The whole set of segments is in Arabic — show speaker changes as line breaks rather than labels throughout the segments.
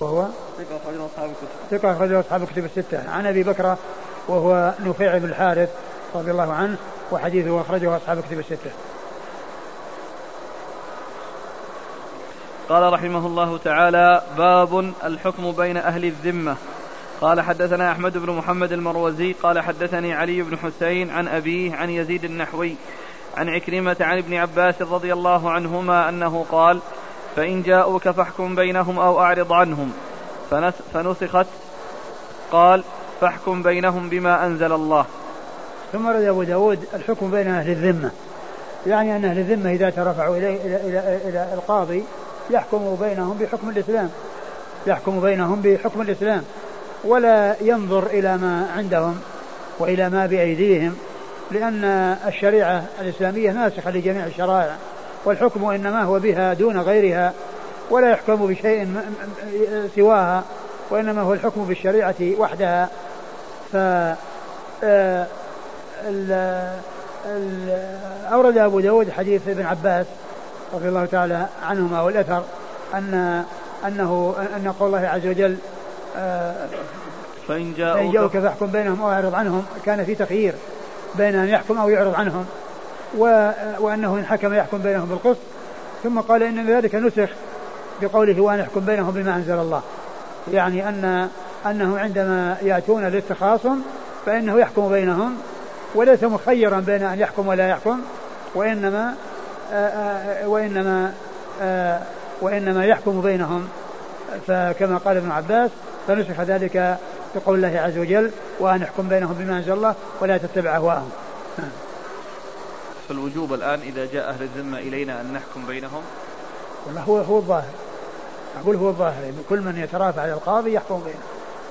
وهو ثقة أخرجه أصحاب الكتب الستة. عن أبي بكر وهو نفيع بن الحارث رضي الله عنه وحديثه أخرجه أصحاب الكتب الستة.
قال رحمه الله تعالى: باب الحكم بين أهل الذمة. قال حدثنا أحمد بن محمد المروزي قال حدثني علي بن حسين عن أبيه عن يزيد النحوي عن عكرمة عن ابن عباس رضي الله عنهما أنه قال: فإن جاءوك فاحكم بينهم أو أعرض عنهم. فنسخت قال: فاحكم بينهم بما أنزل الله.
ثم رد أبو داود الحكم بين أهل الذمة، يعني أن أهل الذمة إذا ترفعوا إلى القاضي يحكم بينهم بحكم الإسلام ولا ينظر إلى ما عندهم وإلى ما بأيديهم، لأن الشريعة الإسلامية ناسخة لجميع الشرائع، والحكم إنما هو بها دون غيرها، ولا يحكم بشيء سواها، وإنما هو الحكم بالشريعة وحدها. أورد أبو داود حديث ابن عباس رضي الله تعالى عنهما والأثر أن قول الله عز وجل:
فإن
جاءوك فاحكم بينهم أو أعرض عنهم، كان في تخيير بين أن يحكم أو يعرض عنهم، وأنه إن حكم يحكم بينهم بالقسط. ثم قال إن ذلك نسخ بقوله: وأن يحكم بينهم بما أنزل الله، يعني أنه عندما يأتون للتخاصم فإنه يحكم بينهم وليس مخيرا بين أن يحكم ولا يحكم، وإنما يحكم بينهم. فكما قال ابن عباس: فنسخ ذلك بقول الله عز وجل: وأن يحكم بينهم بما أنزل الله ولا تتبع أهواءهم.
فالوجوب الآن إذا جاء أهل الذمة إلينا أن نحكم بينهم؟
والله هو الظاهر، أقول هو الظاهر، يعني كل من يترافع على القاضي يحكم بينهم.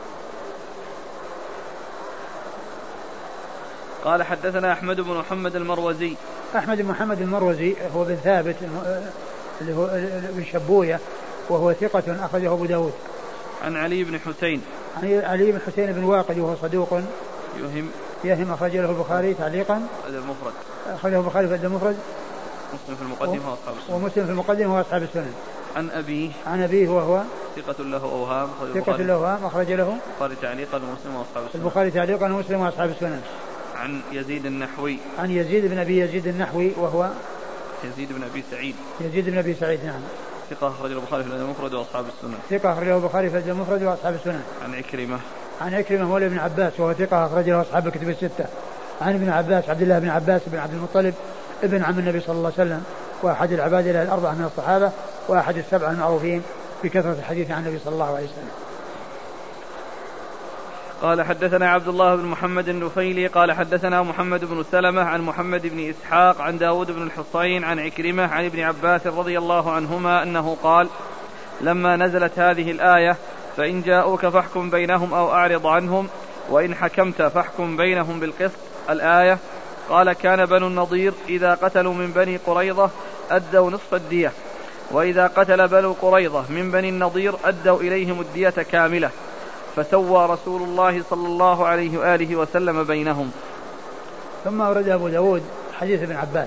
قال حدثنا أحمد بن محمد المروزي.
أحمد بن محمد المروزي هو بن ثابت اللي هو بن شبوية، وهو ثقة أخرجه أبو داود.
عن علي بن حسين.
عن علي بن حسين بن واقد وهو صدوق يهم، أخرج له البخاري تعليقا
المفرد،
أخرجه البخاري في المفرد،
مسلم في المقدمة وأصحاب السنن،
ومسلم في المقدمة وأصحاب السنن.
عن
أبيه وهو
ثقة له أوهام،
أخرج له
البخاري تعليقا ومسلم وأصحاب السنن.
البخاري تعليقا ومسلم وأصحاب السنن.
عن يزيد النحوي.
عن يزيد بن أبي يزيد النحوي وهو
يزيد بن أبي سعيد.
نعم،
ثقة أخرجه البخاري في المفرد وأصحاب السنن.
ثقة أخرجه البخاري في المفرد وأصحاب السنن.
عن
عكرمة مولى ابن عباس وهو ثقة أخرجه أصحاب الكتب الستة. عن ابن عباس عبد الله بن عباس بن عبد المطلب ابن عم النبي صلى الله عليه وسلم، وأحد العباد الأربعة من الصحابة، وأحد السبعة المعروفين بكثرة الحديث عن النبي صلى الله عليه وسلم.
قال حدثنا عبد الله بن محمد النفيلي قال حدثنا محمد بن سلمة عن محمد بن إسحاق عن داود بن الحصين عن عكرمة عن ابن عباس رضي الله عنهما أنه قال: لما نزلت هذه الآية: فإن جاءوك فاحكم بينهم أو أعرض عنهم وإن حكمت فاحكم بينهم بالقسط، الآية، قال: كان بنو النضير إذا قتلوا من بني قريظة أدوا نصف الدية، وإذا قتل بنو قريظة من بني النضير أدوا إليهم الدية كاملة، فسوى رسول الله صلى الله عليه وآله وسلم بينهم.
ثم أورد أبو داود حديث ابن عباس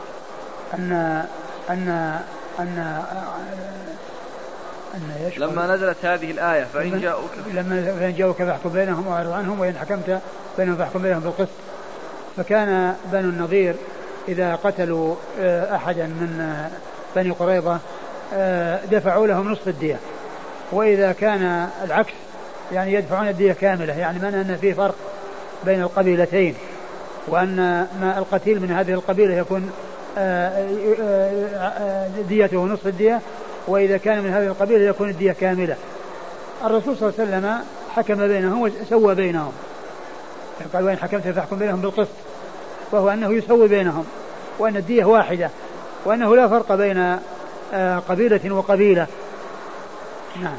لما نزلت هذه الآية: فإن
جاءوك فاحكم بينهم وأعرض عنهم وإن حكمت بينهم فاحكم بينهم بالقسط. فكان بنو النضير إذا قتلوا أحدا من بني قريظة دفعوا لهم نصف الدية، وإذا كان العكس يعني يدفعون الدية كاملة، يعني معنى أن فيه فرق بين القبيلتين، وأن ما القتيل من هذه القبيلة يكون ديته نصف الدية، وإذا كان من هذه القبيلة يكون الدية كاملة. الرسول صلى الله عليه وسلم حكم بينهم وسوى بينهم، قال: وإن حكمت فاحكم بينهم بالقسط، وهو أنه يسوي بينهم، وأن الدية واحدة، وأنه لا فرق بين قبيلة وقبيلة. نعم.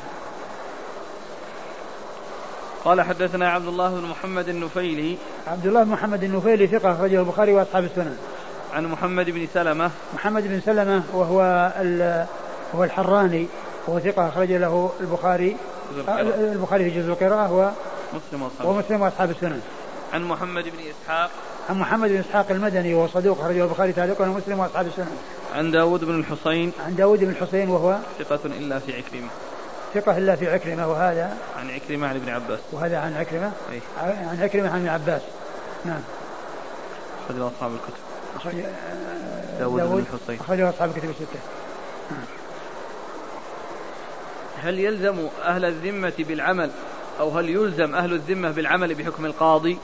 قال حدثنا عبد الله بن محمد النفيلي.
عبد الله بن محمد النفيلي ثقة أخرجه البخاري وأصحاب السنن.
عن محمد بن سلمة.
محمد بن سلمة وهو الحراني، وهو ثقة أخرج له البخاري في جزء القراءة ومسلم وأصحاب السنن.
عن محمد بن إسحاق.
عن محمد بن إسحاق المدني وهو صدوق أخرجه البخاري تعليقا ومسلم وأصحاب السنن.
عن داود بن الحصين.
عن داود بن الحصين وهو
ثقة إلا في عكرمة.
ثقة إلا في عكرمة. وهذا
عن عكرمة عن ابن عباس.
وهذا عن عكرمة
أي.
عن عكرمة عن ابن عباس. نعم.
أخرجه أصحاب الكتب.
داود
بن الحصين.
أخرجه أصحاب الكتب الستة.
هل يلزم أهل الذمة بالعمل أو هل يلزم أهل الذمة بالعمل بحكم القاضي؟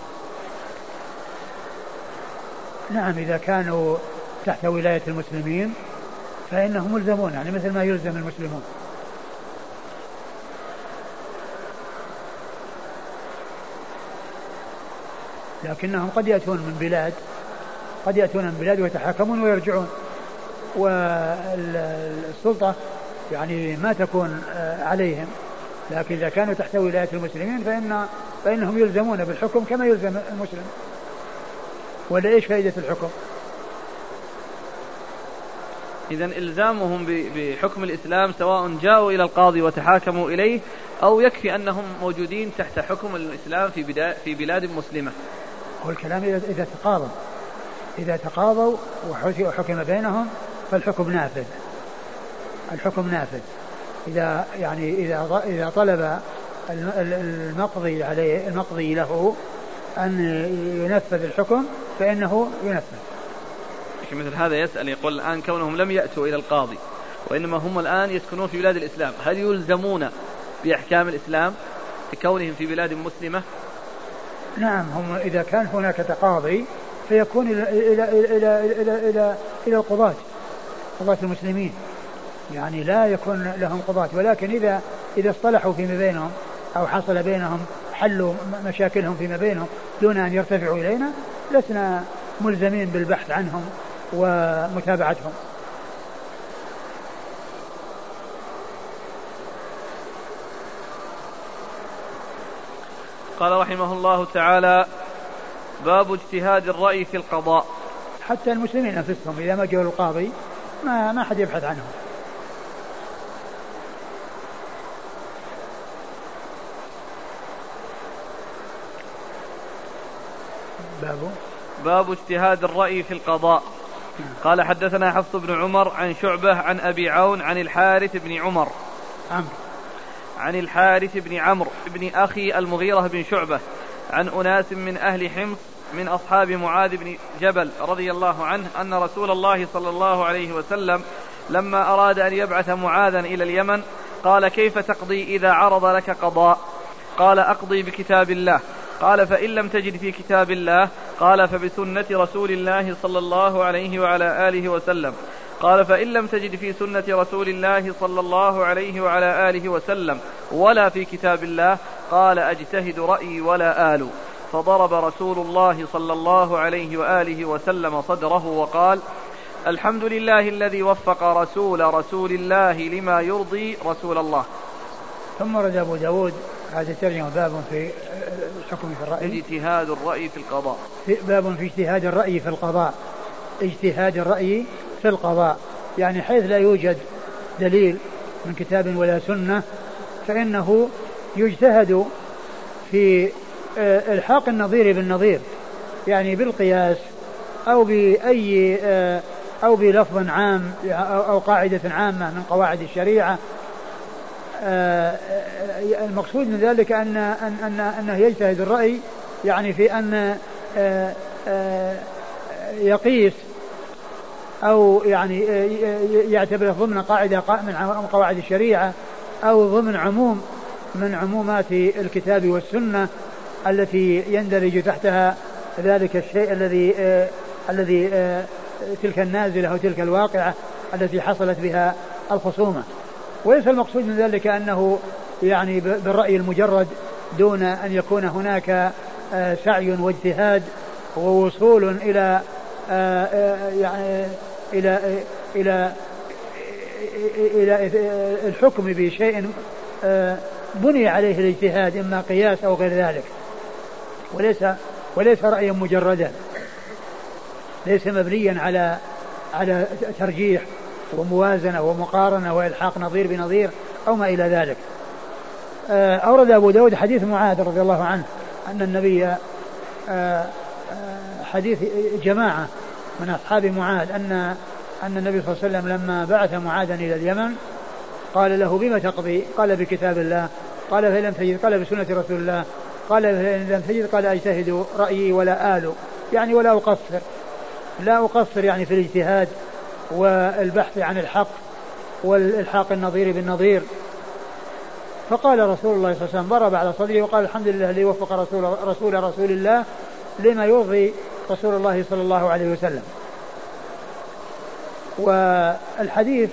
نعم، إذا كانوا تحت ولاية المسلمين فإنهم ملزمون، يعني مثل ما يلزم المسلمون. لكنهم قد يأتون من بلاد ويتحاكمون ويرجعون، والسلطة يعني ما تكون عليهم. لكن إذا كانوا تحت ولاية المسلمين فإنهم يلزمون بالحكم كما يلزم المسلم. ولا إيش فائدة الحكم؟
إذن إلزامهم بحكم الإسلام سواء جاءوا إلى القاضي وتحاكموا إليه أو يكفي أنهم موجودين تحت حكم الإسلام في بلاد مسلمة.
هو الكلام إذا تقاضوا وحكم بينهم فالحكم نافذ. الحكم نافذ. إذا طلب المقضي له أن ينفذ الحكم فإنه ينفذ.
مثل هذا يسأل يقول الآن كونهم لم يأتوا إلى القاضي وإنما هم الآن يسكنون في بلاد الإسلام، هل يلزمون بأحكام الإسلام لكونهم في بلاد مسلمة؟
نعم، هم إذا كان هناك تقاضي فيكون إلى القضاة المسلمين، يعني لا يكون لهم قضاة. ولكن إذا اصطلحوا فيما بينهم أو حصل بينهم حلوا مشاكلهم فيما بينهم دون أن يرتفعوا إلينا لسنا ملزمين بالبحث عنهم ومتابعتهم.
قال رحمه الله تعالى: باب اجتهاد الرأي في القضاء.
حتى المسلمين أنفسهم إذا ما جاءوا القاضي ما حد يبحث عنهم.
باب اجتهاد الرأي في القضاء. قال: حدثنا حفص بن عمر عن شعبة عن أبي عون عن الحارث بن عمر عن الحارث بن عمرو بن أخي المغيرة بن شعبة عن أناس من أهل حمص من أصحاب معاذ بن جبل رضي الله عنه أن رسول الله صلى الله عليه وسلم لما أراد أن يبعث معاذا إلى اليمن قال: كيف تقضي إذا عرض لك قضاء؟ قال: أقضي بكتاب الله. قال: فإن لم تجد في كتاب الله؟ قال: فبسنة رسول الله صلى الله عليه وعلى آله وسلم. قال: فإن لم تجد في سنة رسول الله صلى الله عليه وعلى آله وسلم ولا في كتاب الله؟ قال: أجتهد رأيي ولا آل. فضرب رسول الله صلى الله عليه وآله وسلم صدره وقال: الحمد لله الذي وفق رسول الله لما يرضي رسول الله.
ثم رد أبو داود هذا ترجمة باب في الحكم في الرأي،
اجتهاد الرأي في القضاء.
باب في اجتهاد الرأي في القضاء. اجتهاد الرأي في القضاء يعني حيث لا يوجد دليل من كتاب ولا سنة فإنه يجتهد في الحاق النظير بالنظير، يعني بالقياس أو بلفظ عام أو قاعدة عامة من قواعد الشريعة. المقصود من ذلك أنه يجتهد الرأي يعني في أن يقيس أو يعني يعتبر ضمن قاعدة من قواعد الشريعة أو ضمن عموم من عمومات الكتاب والسنة التي يندرج تحتها ذلك الشيء الذي تلك النازلة أو تلك الواقعة التي حصلت بها الخصومة. وليس المقصود من ذلك أنه يعني بالرأي المجرد دون أن يكون هناك سعي واجتهاد ووصول إلى يعني إلى الحكم بشيء بني عليه الاجتهاد إما قياس أو غير ذلك، وليس رأيا مجردا، ليس مبنيا على ترجيح وموازنة ومقارنة وإلحاق نظير بنظير أو ما إلى ذلك. أورد أبو داود حديث معاذ رضي الله عنه أن النبي حديث جماعة من أصحاب معاذ أن النبي صلى الله عليه وسلم لما بعث معاذا إلى اليمن قال له بما تقضي؟ قال بكتاب الله. قال فإن لم تجد؟ قال بسنة رسول الله. قال فإن لم تجد؟ قال أجتهد رأيي ولا آل، يعني ولا أقصر، لا أقصر يعني في الاجتهاد والبحث عن الحق والإلحاق النظير بالنظير. فقال رسول الله صلى الله عليه وسلم ضرب على صدره وقال الحمد لله الذي وفق رسول الله لما يرضي رسول الله صلى الله عليه وسلم. والحديث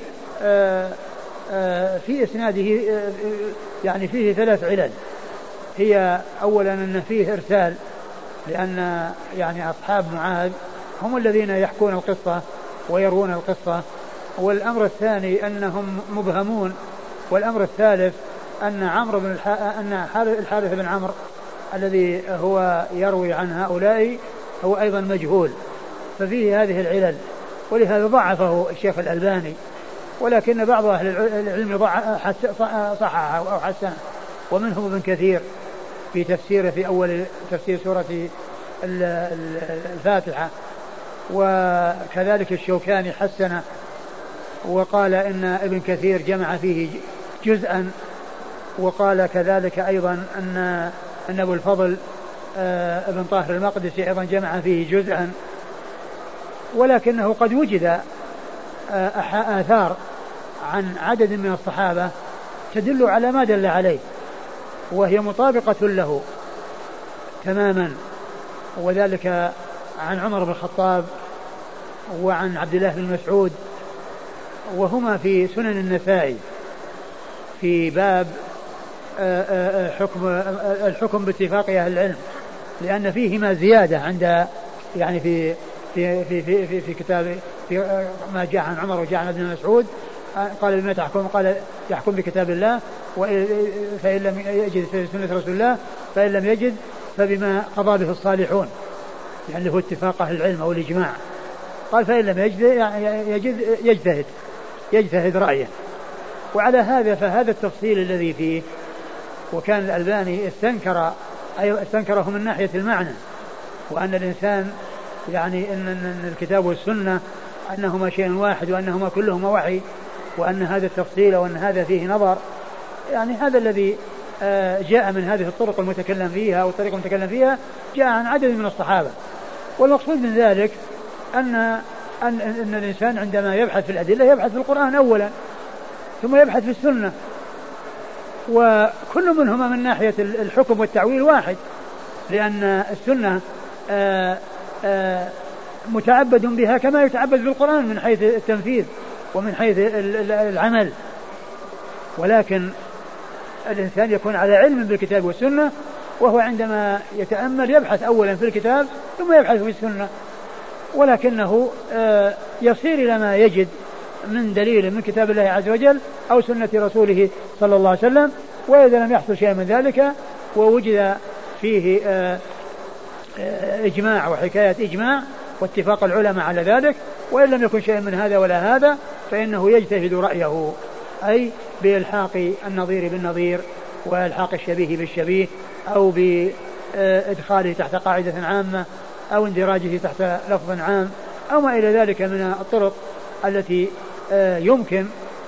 في إسناده يعني فيه 3 علل. هي أولا أن فيه إرسال، لأن يعني أصحاب معاذ هم الذين يحكون القصة ويروون القصة. والأمر الثاني أنهم مبهمون. والأمر الثالث أن أن الحارث بن عمرو الذي هو يروي عن هؤلاء هو أيضا مجهول، ففيه هذه العلل، ولهذا ضعفه الشيخ الألباني، ولكن بعض أهل العلم صححه أو حسنه، ومنهم ابن كثير في تفسيره في أول تفسير سورة الفاتحة، وكذلك الشوكاني حسنه وقال إن ابن كثير جمع فيه جزءا، وقال كذلك أيضا أن أبو الفضل ابن طاهر المقدسي أيضا جمع فيه جزءا. ولكنه قد وجد آثار عن عدد من الصحابة تدل على ما دل عليه، وهي مطابقة له تماما، وذلك عن عمر بن الخطاب وعن عبد الله بن مسعود، وهما في سنن النسائي في باب الحكم باتفاق أهل العلم، لأن فيهما زيادة عند يعني في كتاب في ما جاء عن عمر وجاء عن ابن مسعود. قال بما تحكم؟ قال يحكم بكتاب الله، فإن لم يجد في سنة رسول الله، فإن لم يجد فبما قضى به الصالحون، يعني هو اتفاق أهل العلم أو الإجماع. قال فإن لم يجد يجتهد رأيه. وعلى هذا فهذا التفصيل الذي فيه، وكان الألباني استنكره من ناحية المعنى، وأن الإنسان يعني أن الكتاب والسنة أنهما شيء واحد، وأنهما كلهما وحي، وأن هذا التفصيل وأن هذا فيه نظر. يعني هذا الذي جاء من هذه الطرق المتكلم فيها أو الطريقة المتكلم فيها جاء عن عدد من الصحابة. والمقصود من ذلك أن الإنسان عندما يبحث في الأدلة يبحث في القرآن أولا، ثم يبحث في السنة، وكل منهما من ناحية الحكم والتعويل واحد، لأن السنة متعبد بها كما يتعبد بالقرآن من حيث التنفيذ ومن حيث العمل. ولكن الإنسان يكون على علم بالكتاب والسنة، وهو عندما يتأمل يبحث أولا في الكتاب ثم يبحث في السنة، ولكنه يصير إلى ما يجد من دليل من كتاب الله عز وجل أو سنة رسوله صلى الله عليه وسلم. وإذا لم يحصل شيء من ذلك ووجد فيه إجماع وحكاية إجماع واتفاق العلماء على ذلك، وإن لم يكن شيء من هذا ولا هذا، فإنه يجتهد رأيه، أي بإلحاق النظير بالنظير وإلحاق الشبيه بالشبيه، أو بإدخاله تحت قاعدة عامة أو اندراجه تحت لفظ عام أو ما إلى ذلك من الطرق التي يمكن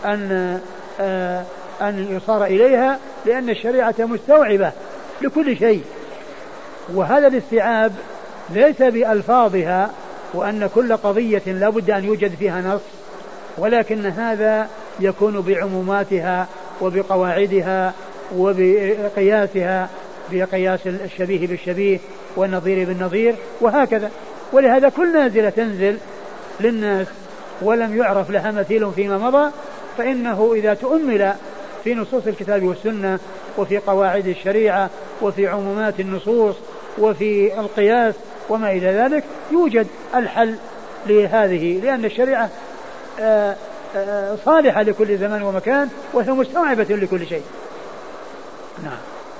أن يصار إليها، لأن الشريعة مستوعبة لكل شيء. وهذا الاستيعاب ليس بألفاظها وأن كل قضية لا بد أن يوجد فيها نص، ولكن هذا يكون بعموماتها وبقواعدها وبقياسها، بقياس الشبيه بالشبيه والنظير بالنظير وهكذا. ولهذا كل نازلة تنزل للناس ولم يعرف لها مثيل فيما مضى، فإنه إذا تؤمل في نصوص الكتاب والسنة وفي قواعد الشريعة وفي عمومات النصوص وفي القياس وما إلى ذلك يوجد الحل لهذه، لأن الشريعة صالحة لكل زمان ومكان وهي مستوعبة لكل شيء. نعم.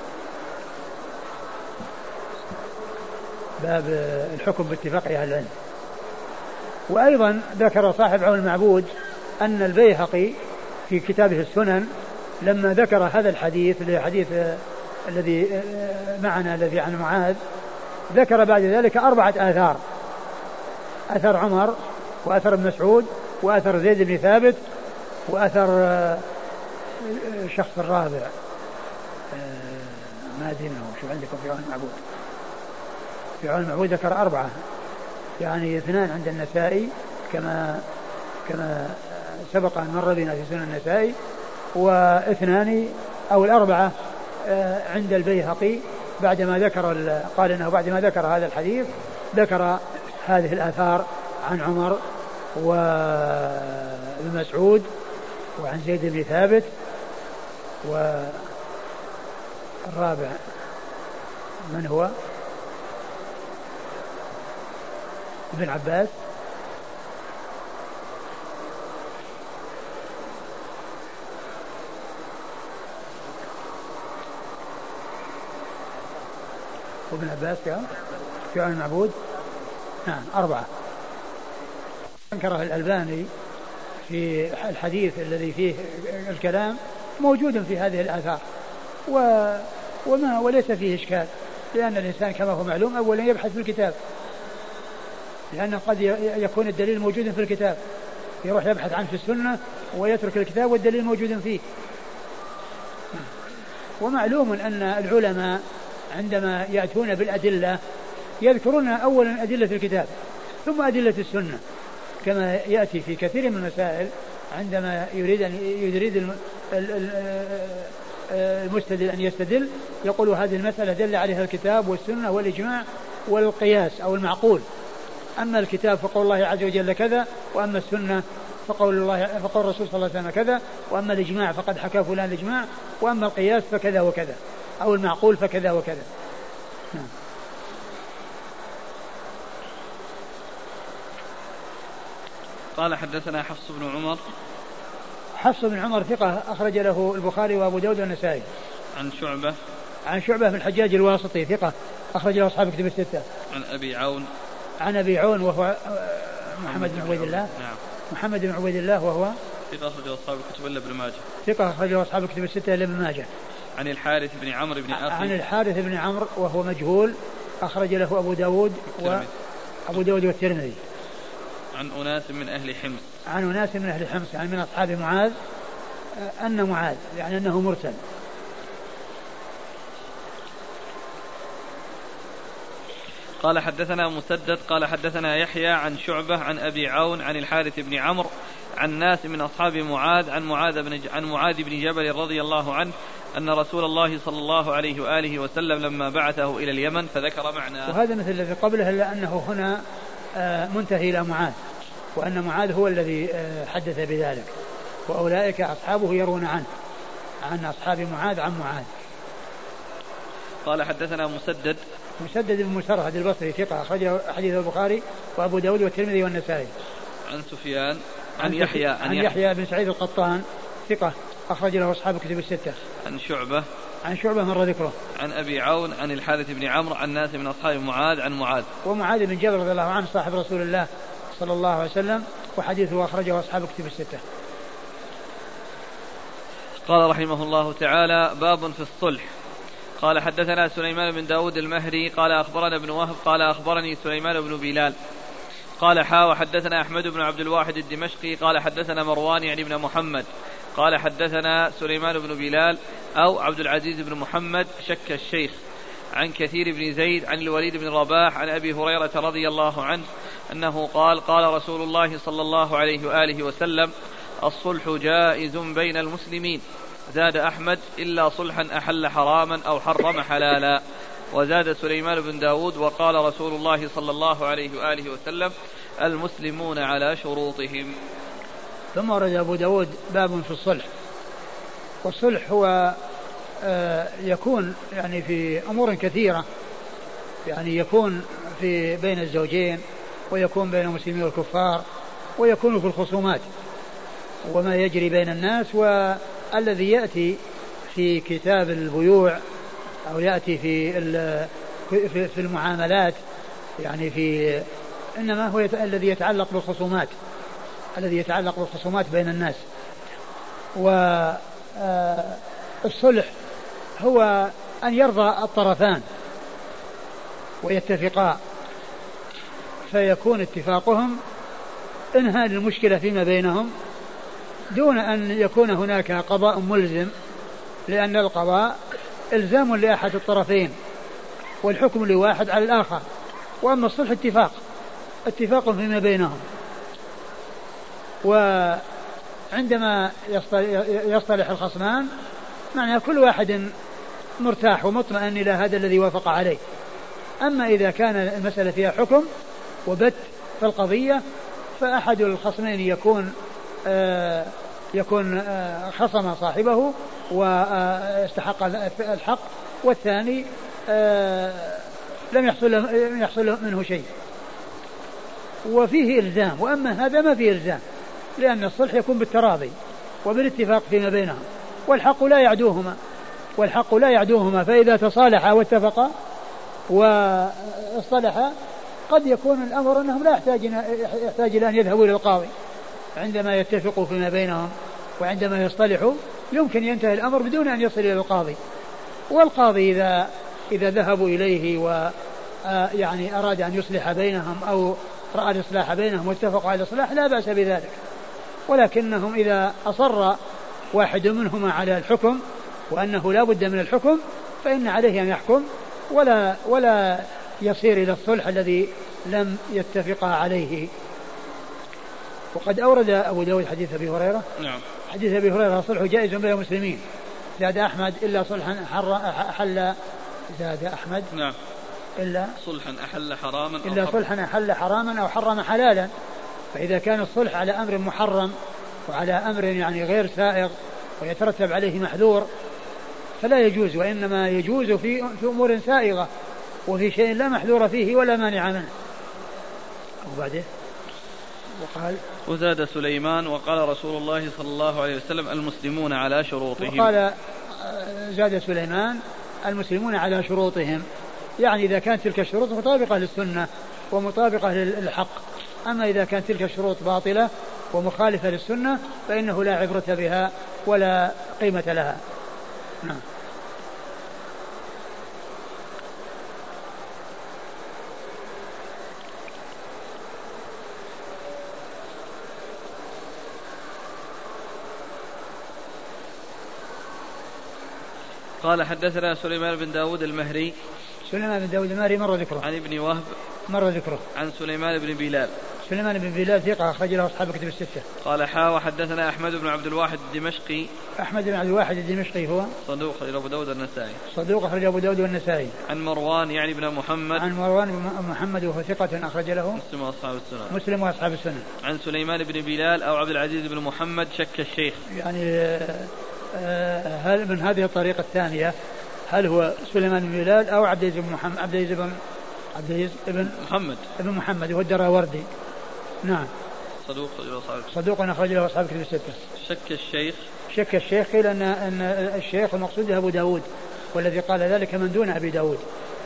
باب الحكم باتفاق أهل العلم. وأيضا ذكر صاحب عون المعبود أن البيهقي في كتابه السنن لما ذكر هذا الحديث الذي معنا الذي عن معاذ، ذكر بعد ذلك 4 آثار: أثر عمر، وأثر ابن مسعود، وأثر زيد بن ثابت، وأثر الشخص الرابع ما أدري منه. شو عندكم في عون المعبود؟ في عون المعبود ذكر 4، يعني 2 عند النسائي كما سبق أن مر بنا في سنن النسائي، و2 أو 4 عند البيهقي بعدما قال إنه بعدما ذكر هذا الحديث ذكر هذه الآثار عن عمر وابن مسعود وعن زيد بن ثابت. والرابع من هو؟ ابن عباس. وابن عباس في عون المعبود. نعم 4. أنكره الألباني في الحديث الذي فيه الكلام موجود في هذه الآثار وليس فيه إشكال، لأن الإنسان كما هو معلوم أولا يبحث في الكتاب، لأنه قد يكون الدليل موجود في الكتاب، يروح يبحث عنه في السنة ويترك الكتاب والدليل موجود فيه. ومعلوم أن العلماء عندما يأتون بالأدلة يذكرون أولا أدلة الكتاب ثم أدلة السنة، كما يأتي في كثير من المسائل عندما يريد المستدل أن يستدل يقول هذه المسألة دل عليها الكتاب والسنة والإجماع والقياس أو المعقول. أما الكتاب فقول الله عز وجل كذا، وأما السنة فقول الرسول صلى الله عليه وسلم كذا، وأما الإجماع فقد حكى فلان الإجماع، وأما القياس فكذا وكذا، أو المعقول فكذا وكذا. نعم.
قال حدثنا حفص بن عمر.
حفص بن عمر ثقة أخرج له البخاري وأبو داود والنسائي. عن شعبة بن الحجاج الواسطي ثقة أخرج له أصحاب كتب الستة. عن أبي عون وهو محمد بن عبيد الله.
نعم.
محمد بن عبيد الله وهو
ثقة أخرج له أصحاب الكتب إلا ابن ماجه.
ثقة أخرج له أصحاب الكتب الستة إلا ابن ماجه.
عن الحارث بن عمرو بن أخي.
عن الحارث بن عمرو وهو مجهول أخرج له أبو داود والترمذي.
عن أناس من أهل حمص.
عن أناس من أهل حمص يعني من أصحاب معاذ، أن معاذ يعني أنه مرسل.
قال حدثنا مسدد قال حدثنا يحيى عن شعبة عن أبي عون عن الحارث بن عمرو عن ناس من أصحاب معاذ عن معاذ بن جبل رضي الله عنه أن رسول الله صلى الله عليه وآله وسلم لما بعثه إلى اليمن فذكر معناه.
وهذا مثل الذي قبله إلا أنه هنا منتهي إلى معاذ، وأن معاذ هو الذي حدث بذلك، وأولئك أصحابه يرون عنه عن أصحاب معاذ عن معاذ.
قال حدثنا مسدد
بن مسرهد البصري ثقة أخرجه حديث البخاري وأبو داود والترمذي والنسائي.
عن سفيان عن
يحيى بن سعيد القطان ثقة أخرج له أصحاب كتب الستة. عن شعبة مر ذكره.
عن أبي عون عن الحارث بن عمرو عن ناس من أصحاب معاذ عن معاذ.
ومعاذ بن جبل رضي الله عنه صاحب رسول الله صلى الله عليه وسلم، وحديثه أخرجه أصحاب كتب الستة.
قال رحمه الله تعالى: باب في الصلح. قال حدثنا سليمان بن داود المهري قال أخبرنا ابن وهب قال أخبرني سليمان بن بلال قال وحدثنا أحمد بن عبد الواحد الدمشقي قال حدثنا مروان يعني بن محمد قال حدثنا سليمان بن بلال أو عبد العزيز بن محمد شك الشيخ عن كثير بن زيد عن الوليد بن رباح عن أبي هريرة رضي الله عنه أنه قال رسول الله صلى الله عليه وآله وسلم: الصلح جائز بين المسلمين. زاد أحمد: إلا صلحا أحل حراما أو حرم حلالا. وزاد سليمان بن داود: وقال رسول الله صلى الله عليه وآله وسلم: المسلمون على شروطهم.
ثم ورد أبو داود باب في الصلح. والصلح هو يكون يعني في أمور كثيرة، يعني يكون في بين الزوجين، ويكون بين المسلمين والكفار، ويكون في الخصومات وما يجري بين الناس. والذي يأتي في كتاب البيوع أو يأتي في المعاملات يعني إنما هو الذي يتعلق بالخصومات، بين الناس. والصلح هو أن يرضى الطرفان ويتفقا، فيكون اتفاقهم انهاء المشكلة فيما بينهم دون أن يكون هناك قضاء ملزم، لأن القضاء إلزام لأحد الطرفين والحكم لواحد على الآخر، وأما الصلح اتفاق فيما بينهم. وعندما يصطلح الخصمان معنى كل واحد مرتاح ومطمئن إلى هذا الذي وافق عليه. أما إذا كان المسألة فيها حكم وبت في القضية فأحد الخصمين يكون خصم صاحبه واستحق الحق، والثاني لم يحصل منه شيء، وفيه إلزام. وأما هذا ما فيه إلزام، لأن الصلح يكون بالتراضي وبالاتفاق فيما بينهم، والحق لا يعدوهما. فإذا تصالحا واتفقا واصطلحا قد يكون الأمر أنهم لا يحتاج إلى أن يذهبوا إلى القاضي. عندما يتفقوا فيما بينهم وعندما يصطلحوا يمكن ينتهي الأمر بدون أن يصل إلى القاضي. والقاضي إذا ذهبوا إليه ويعني أراد أن يصلح بينهم أو رأى الإصلاح بينهم واتفقوا على الإصلاح لا بأس بذلك. ولكنهم إذا أصر واحد منهما على الحكم وأنه لا بد من الحكم فإن عليه أن يحكم ولا يصير إلى الصلح الذي لم يتفقا عليه. وقد أورد أبو داود حديث أبي هريرة.
نعم.
حديث أبي هريرة الصلح جائز بين المسلمين. زاد أحمد إلا صلحا أحل. زاد أحمد.
نعم.
إلا
صلحا أحل حراما
إلا صلحا أحل حراما أو حرم حلالا. فإذا كان الصلح على أمر محرم وعلى أمر يعني غير سائغ ويترتب عليه محذور فلا يجوز، وإنما يجوز في أمور سائغة وفي شيء لا محذور فيه ولا مانع منه. وبعده وقال
وزاد سليمان وقال رسول الله صلى الله عليه وسلم المسلمون على شروطهم.
وقال زاد سليمان المسلمون على شروطهم، يعني إذا كانت تلك الشروط مطابقة للسنة ومطابقة للحق. أما إذا كانت تلك الشروط باطلة ومخالفة للسنة فإنه لا عبرة بها ولا قيمة لها. نعم.
قال حدثنا سليمان بن داود المهري.
سليمان بن داود المهري مر ذكره.
عن ابن وهب
مر ذكره.
عن سليمان بن بلال.
سليمان بن بلال ثقة أخرج له أصحاب كتب الستة.
قال وحدثنا أحمد بن عبد الواحد الدمشقي.
أحمد بن عبد الواحد الدمشقي هو
صدوق أخرج أبو داود والنسائي.
صدوق أخرج أبو داود والنسائي.
عن مروان يعني بن محمد.
عن مروان بن محمد وهو ثقة أخرج له مسلم وأصحاب السنن.
عن سليمان بن بلال أو عبد العزيز بن محمد شك الشيخ.
يعني هل من هذه الطريقة الثانية هل هو سليمان بن بلال أو عبد العزيز بن محمد بن محمد وهو الدراوردي. نعم. صدوق أخرج له أصحاب كتب الستة. شك الشيخ قيل أن الشيخ المقصود أبو داود، والذي قال ذلك من دون أبي داود.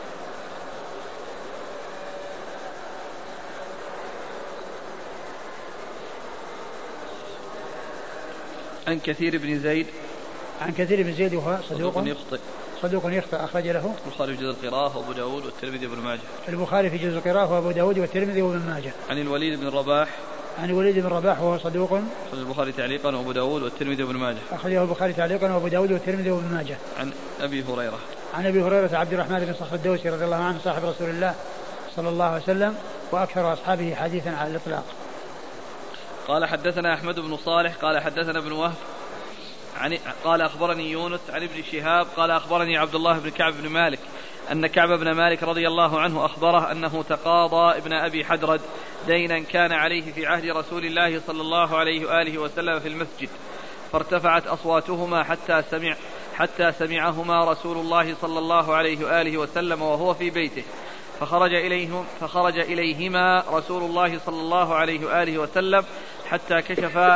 عن كثير بن زيد
وهو صدوق يخطئ أخرج له
البخاري في جزء القراءة وأبو داود والترمذي وابن ماجه.
البخاري في جزء القراءة وأبو داود والترمذي وابن ماجه.
عن الوليد بن رباح وهو صدوق أخرج البخاري تعليقا وأبو داود والترمذي وابن ماجه.
أخرجه البخاري تعليقا وأبو داود والترمذي وابن ماجه.
عن أبي
هريرة عبد الرحمن بن صخر الدوسي رضي الله عنه صاحب رسول الله صلى الله عليه وسلم وأكثر أصحابه حديثا على الإطلاق.
قال حدثنا أحمد بن صالح قال حدثنا ابن وهب قال أخبرني يونس عن ابن شهاب قال أخبرني عبد الله بن كعب بن مالك أن كعب بن مالك رضي الله عنه أخبره أنه تقاضى ابن أبي حدرد دينا كان عليه في عهد رسول الله صلى الله عليه وآله وسلم في المسجد، فارتفعت أصواتهما حتى سمعهما رسول الله صلى الله عليه وآله وسلم وهو في بيته، فخرج إليهما رسول الله صلى الله عليه وآله وسلم حتى كشف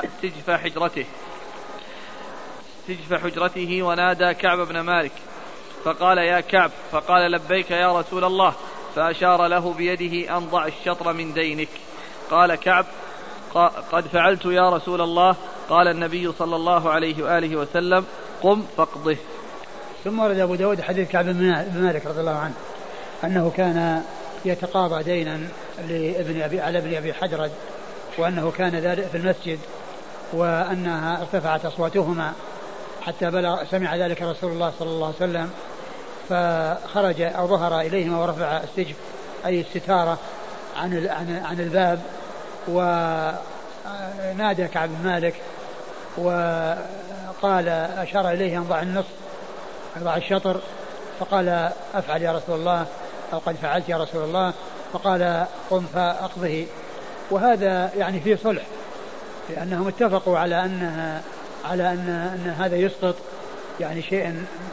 سجف حجرته ونادى كعب بن مالك فقال يا كعب، فقال لبيك يا رسول الله، فأشار له بيده أن ضع الشطر من دينك. قال كعب قد فعلت يا رسول الله. قال النبي صلى الله عليه وآله وسلم قم فاقضه.
ثم ورد أبو داود حديث كعب بن مالك رضي الله عنه أنه كان يتقاضى دينا على ابن أبي حدرد، وأنه كان ذلك في المسجد، وأنها ارتفعت أصواتهما حتى سمع ذلك رسول الله صلى الله عليه وسلم، فخرج أو ظهر إليهما ورفع السجف أي الستارة عن الباب، ونادى كعب بن مالك وقال أشار إليه أن ضع النصف ضع الشطر، فقال أفعل يا رسول الله أو قد فعلت يا رسول الله، فقال قم فأقضه. وهذا يعني فيه صلح، لأنهم اتفقوا على أن هذا يسقط يعني شيء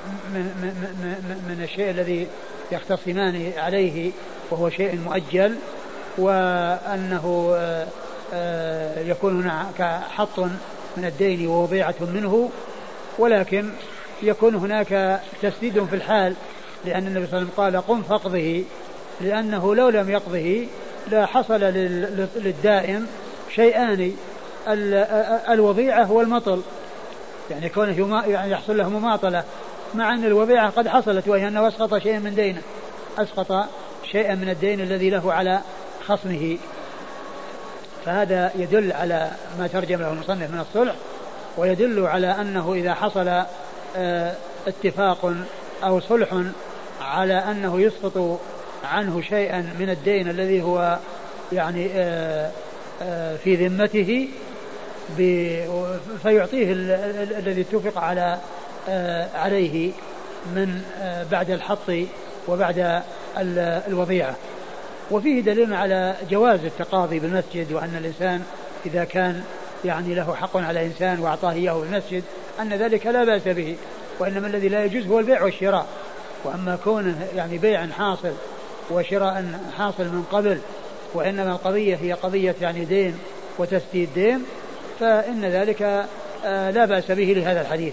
من الشيء الذي يختصمان عليه وهو شيء مؤجل، وأنه يكون هناك حط من الدين ووضيعة منه، ولكن يكون هناك تسديد في الحال، لأن النبي صلى الله عليه وسلم قال قم فاقضه، لأنه لو لم يقضه لا حصل للدائم شيئان، الوضيعة والمطل، يعني كونه يعني يحصل له مماطلة، مع أن الوضيعة قد حصلت، وهي أنه أسقط شيئا من دينه، أسقط شيئا من الدين الذي له على خصمه. فهذا يدل على ما ترجم له المصنف من الصلح، ويدل على أنه إذا حصل اتفاق أو صلح على أنه يسقط عنه شيئا من الدين الذي هو يعني في ذمته فيعطيه الذي اتفق عليه من بعد الحط وبعد الوضيعة. وفيه دليل على جواز التقاضي بالمسجد، وأن الإنسان إذا كان يعني له حق على إنسان وأعطاه إياه بالمسجد أن ذلك لا بأس به، وإنما الذي لا يجوز هو البيع والشراء. وأما كونه يعني بيع حاصل وشراء حاصل من قبل، وإنما القضية هي قضية يعني دين وتسديد دين، فإن ذلك لا بأس به لهذا الحديث.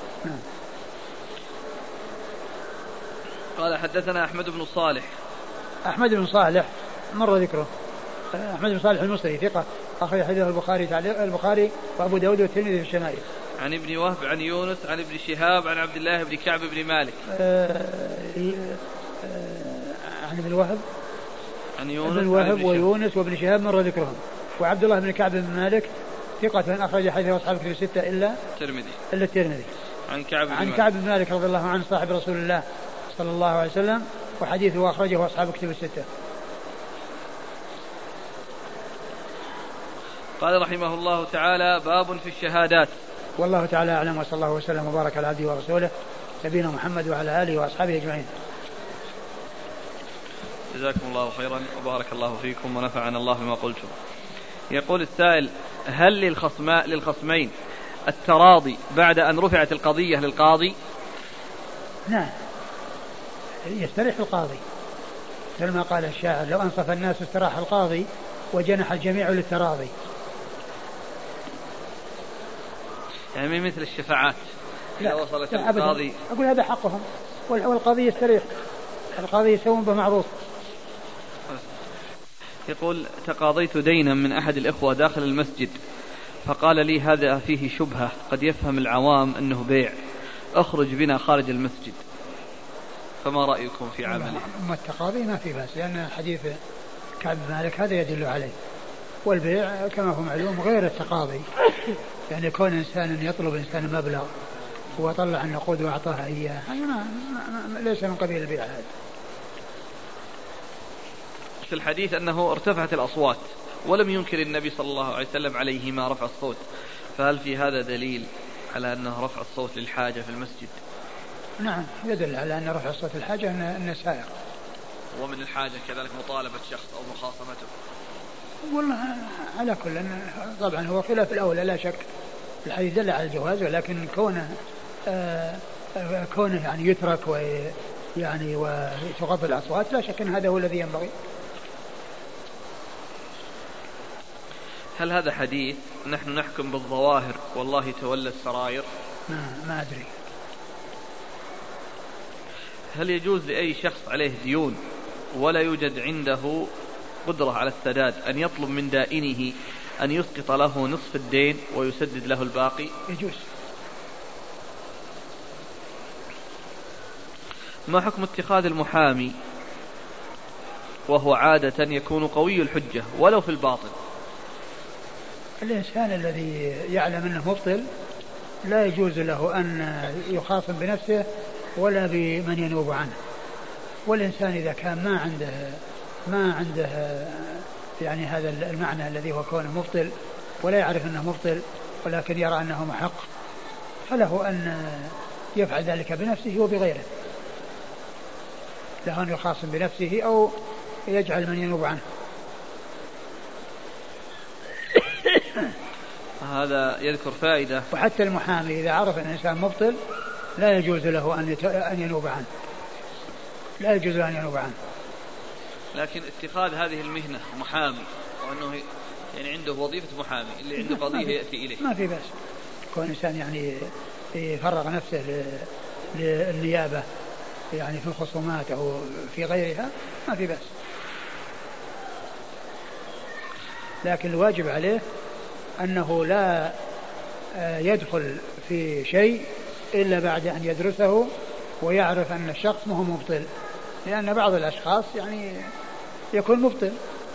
قال حدثنا أحمد بن صالح.
أحمد بن صالح مر ذكره، أحمد بن صالح المصري ثقة، أخرج حديثه البخاري وأبو داود والترمذي في الشمائل.
عن ابن وهب عن يونس عن ابن شهاب عن عبد الله بن كعب بن مالك.
عن ابن وهب
عن يونس
ابن وهب ويونس وابن شهاب مر ذكرهم. وعبد الله بن كعب بن مالك ثقة أخرج حديثه أصحاب الكتب الستة إلا الترمذي.
عن
كعب بن مالك رضي الله عنه صاحب رسول الله صلى الله عليه وسلم، وحديثه أخرجه أصحاب الكتب الستة.
قال رحمه الله تعالى باب في الشهادات.
والله تعالى أعلم، وصلى الله وسلم وبارك على عبده ورسوله نبينا محمد وعلى آله وأصحابه أجمعين.
جزاكم الله خيرا وبارك الله فيكم ونفعنا الله بما قلتم. يقول السائل: هل للخصمين التراضي بعد أن رفعت القضية للقاضي؟
نعم، يستريح القاضي، كما قال الشاعر: لو أنصف الناس استراح القاضي وجنح الجميع للتراضي.
يعني مثل الشفاعات إذا وصلت القاضي.
أقول هذا حقهم، والقاضي يستريح، القاضي يسوون بمعروف.
يقول: تقاضيت دينا من أحد الإخوة داخل المسجد، فقال لي هذا فيه شبهة قد يفهم العوام أنه بيع، أخرج بنا خارج المسجد، فما رأيكم في عمله؟
أما التقاضي ما في بأس، لأن حديث كعب بن مالك هذا يدل عليه. والبيع كما هو معلوم غير التقاضي، يعني كون إنسان يطلب إنسان مبلغ وطلع النقود وأعطاها إياه، هذا ليس من قبيل البيع هذا.
في الحديث أنه ارتفعت الأصوات ولم ينكر النبي صلى الله عليه وسلم عليهما رفع الصوت، فهل في هذا دليل على أنه رفع الصوت للحاجة في المسجد؟
نعم، يدل على أن رفع الصوت للحاجة أن سائق.
ومن الحاجة كذلك مطالبة شخص أو مخاصمته.
والله على كل طبعا هو خلاف الأولى لا شك، الحديث دل على الجواز، ولكن كونه يعني يترك ويعني وتغض الأصوات لا شك أن هذا هو الذي ينبغي.
هل هذا حديث نحن نحكم بالظواهر والله تولى السرائر؟
ما أدري.
هل يجوز لأي شخص عليه ديون ولا يوجد عنده قدرة على السداد أن يطلب من دائنه أن يسقط له نصف الدين ويسدد له الباقي؟
يجوز.
ما حكم اتخاذ المحامي وهو عادة يكون قوي الحجة ولو في الباطل؟
الإنسان الذي يعلم أنه مبطل لا يجوز له أن يخاصم بنفسه ولا بمن ينوب عنه. والإنسان إذا كان ما عنده يعني هذا المعنى الذي هو كونه مبطل ولا يعرف أنه مبطل ولكن يرى أنه محق، فله أن يفعل ذلك بنفسه وبغيره، له أن يخاصم بنفسه أو يجعل من ينوب عنه.
هذا يذكر فائدة.
وحتى المحامي إذا عرف أن الإنسان مبطل لا يجوز له أن ينوب عنه، لا يجوز له أن ينوب عنه.
لكن اتخاذ هذه المهنة محامي وأنه يعني عنده وظيفة محامي اللي عنده قضية يأتي إليه،
ما في بأس كون إنسان يعني يفرغ نفسه للنيابة يعني في الخصومات أو في غيرها، ما في بأس. لكن الواجب عليه أنه لا يدخل في شيء إلا بعد أن يدرسه ويعرف أن الشخص ما هو مبطل، لأن بعض الأشخاص يعني يكون مبطل.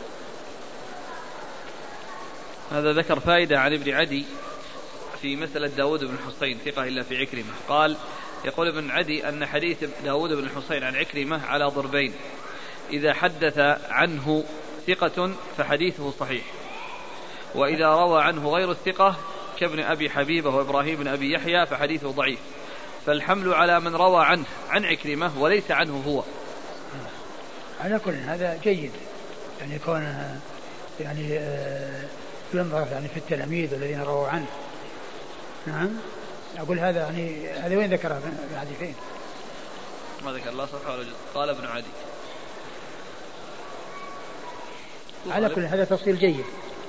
هذا ذكر فائدة عن ابن عدي في مسألة داود بن الحصين ثقة إلا في عكرمة. قال يقول ابن عدي أن حديث داود بن الحصين عن عكرمة على ضربين: إذا حدث عنه ثقة فحديثه صحيح، وإذا روى عنه غير الثقة كابن أبي حبيبة وإبراهيم بن أبي يحيى فحديثه ضعيف. فالحمل على من روى عنه عن عكرمة وليس عنه هو.
على كل هذا جيد، يعني كون يعني ينظر يعني في التلاميذ الذين رووا عنه. نعم أقول هذا يعني هذا وين ذكره ابن عدي فين؟
ما ذكر الله صفحة ولا جزء. قال ابن عدي.
على كل هذا تفصيل جيد.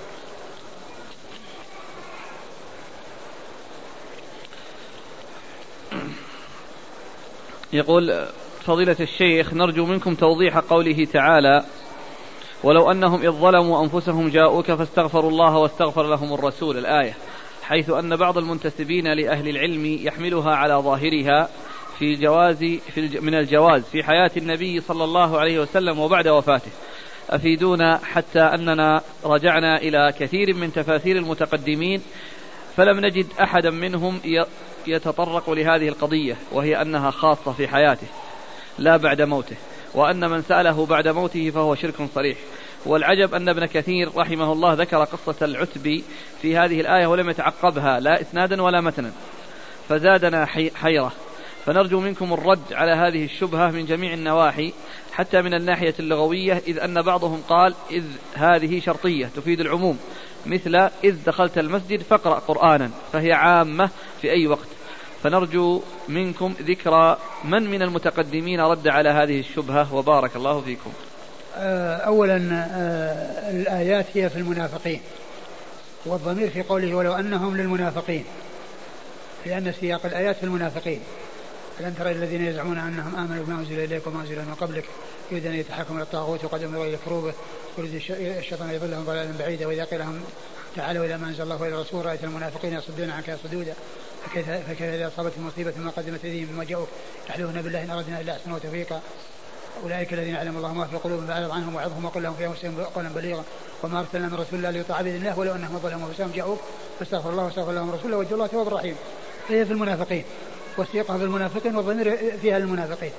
يقول فضيلة الشيخ: نرجو منكم توضيح قوله تعالى: ولو أنهم إذ ظلموا أنفسهم جاءوك فاستغفروا الله واستغفر لهم الرسول، الآية، حيث أن بعض المنتسبين لأهل العلم يحملها على ظاهرها من الجواز في حياة النبي صلى الله عليه وسلم وبعد وفاته. أفيدونا، حتى أننا رجعنا إلى كثير من تفاسير المتقدمين فلم نجد أحدا منهم يتطرق لهذه القضية، وهي أنها خاصة في حياته لا بعد موته، وأن من سأله بعد موته فهو شرك صريح. والعجب أن ابن كثير رحمه الله ذكر قصة العتبي في هذه الآية ولم يتعقبها لا إسنادا ولا متنا، فزادنا حيرة. فنرجو منكم الرد على هذه الشبهة من جميع النواحي، حتى من الناحية اللغوية، إذ أن بعضهم قال إذ هذه شرطية تفيد العموم، مثل إذ دخلت المسجد فاقرأ قرآنا، فهي عامة في أي وقت. فنرجو منكم ذكر من المتقدمين رد على هذه الشبهة، وبارك الله فيكم.
أولا الآيات هي في المنافقين، والضمير في قوله ولو أنهم للمنافقين، لأن سياق الآيات في المنافقين. ألم ترى الذين يزعمون أنهم آمنوا بما أنزل إليك وما أنزل من قبلك يريدون أن يتحكموا إلى الطاغوت وقد أمروا إلى كروبه يريد الشيطان يضلهم ضلالا بعيدا وإذا قيل لهم تعالوا إلى ما أنزل الله وإلى الرسول رأيت المنافقين يصدون عنك صدودا فكيف إذا أصابتهم مصيبة ما قدمت أيديهم مما جاءوك يحلفون بالله إن أردنا إلا إحسانا وتوفيقا أولئك الذين علم الله ما في قلوبهم فأعرض عنهم وعظهم وقل لهم في أنفسهم قولا بليغا وما أرسلنا من رسول الله ليطاع بإذن الله ولو أنهم ظلموا أنفسهم جاءوك فاستغفر الله واستغفر لهم رسوله وجه الله تواب رحيم. فهي في المنافقين والسياقها بالمنافقين والضمير فيها للمنافقين.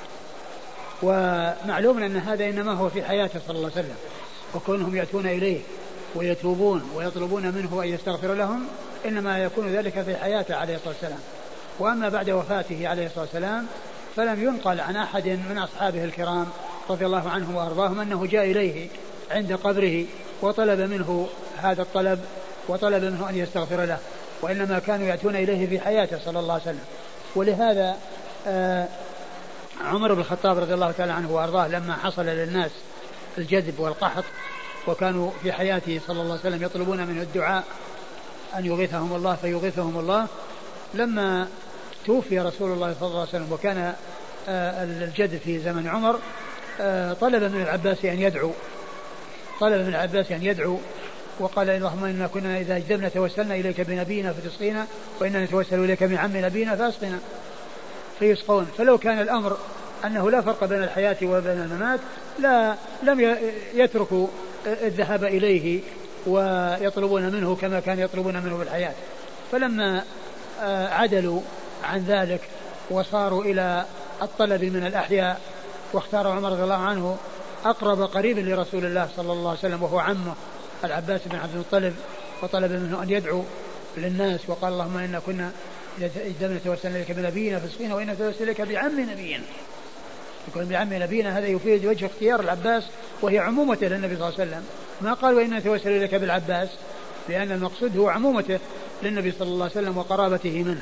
ومعلوم أن هذا إنما هو في حياته صلى الله عليه وسلم، وكونهم يأتون إليه ويتوبون ويطلبون منه أن يستغفر لهم إنما يكون ذلك في حياته عليه الصلاة والسلام. وأما بعد وفاته عليه الصلاة والسلام فلم ينقل عن أحد من أصحابه الكرام رضي الله عنهم وأرضاهم أنه جاء إليه عند قبره وطلب منه هذا الطلب وطلب منه أن يستغفر له، وإنما كانوا يأتون إليه في حياته صلى الله عليه وسلم. ولهذا عمر بن الخطاب رضي الله تعالى عنه وأرضاه لما حصل للناس الجذب والقحط وكانوا في حياته صلى الله عليه وسلم يطلبون منه الدعاء أن يغيثهم الله فيغيثهم الله، لما توفي رسول الله صلى الله عليه وسلم وكان الجذب في زمن عمر طلب من العباس أن يدعو وقال اللهم إنا كنا إذا أجدبنا توسلنا إليك بنبينا فتسقينا وإنا نتوسل إليك بعم نبينا فأسقنا فيسقون. فلو كان الأمر أنه لا فرق بين الحياة وبين الممات لم يتركوا الذهاب إليه ويطلبون منه كما كان يطلبون منه في الحياة. فلما عدلوا عن ذلك وصاروا إلى الطلب من الأحياء، واختار عمر رضي الله عنه أقرب قريب لرسول الله صلى الله عليه وسلم وهو عمه العباس بن عبد المطلب، وطلب منه أن يدعو للناس وقال اللهم إنا كنا إذا نتوسل إليك بنبينا في الصين وإنا نتوسل إليك بعم نبينا. يقول بعم نبينا هذا يفيد وجه اختيار العباس وهي عمومته للنبي صلى الله عليه وسلم، ما قال وإنا نتوسل إليك بالعباس، لأن المقصود هو عمومته للنبي صلى الله عليه وسلم وقرابته منه.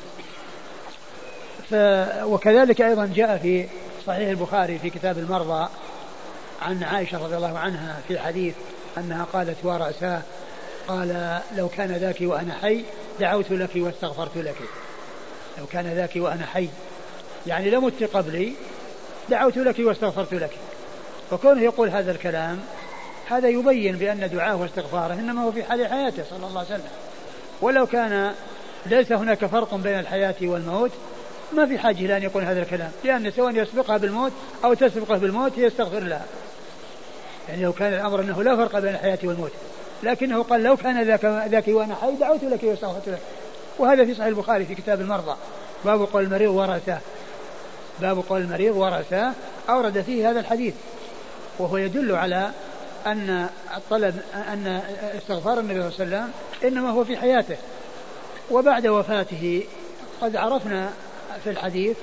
وكذلك أيضا جاء في صحيح البخاري في كتاب المرضى عن عائشة رضي الله عنها في حديث أنها قالت ورأساه قال لو كان ذاك وأنا حي دعوت لك واستغفرت لك. لو كان ذاك وأنا حي يعني لم مت قبلي دعوت لك واستغفرت لك. وكونه يقول هذا الكلام هذا يبين بأن دعاه واستغفاره إنما هو في حال حياته صلى الله عليه وسلم، ولو كان ليس هناك فرق بين الحياة والموت ما في حاجة إلى أن يقول هذا الكلام، لأن سواء يسبقها بالموت أو تسبقه بالموت يستغفر لها. يعني لو كان الأمر أنه لا فرق بين الحياة والموت، لكنه قال لو كان ذاك وأنا حي دعوت لك واستغفرت لك. وهذا في صحيح البخاري في كتاب المرضى باب قول المريض ورثه، باب قول المريض ورثه أورد فيه هذا الحديث، وهو يدل على أن الطلب أن استغفار النبي صلى الله عليه وسلم إنما هو في حياته، وبعد وفاته قد عرفنا في الحديث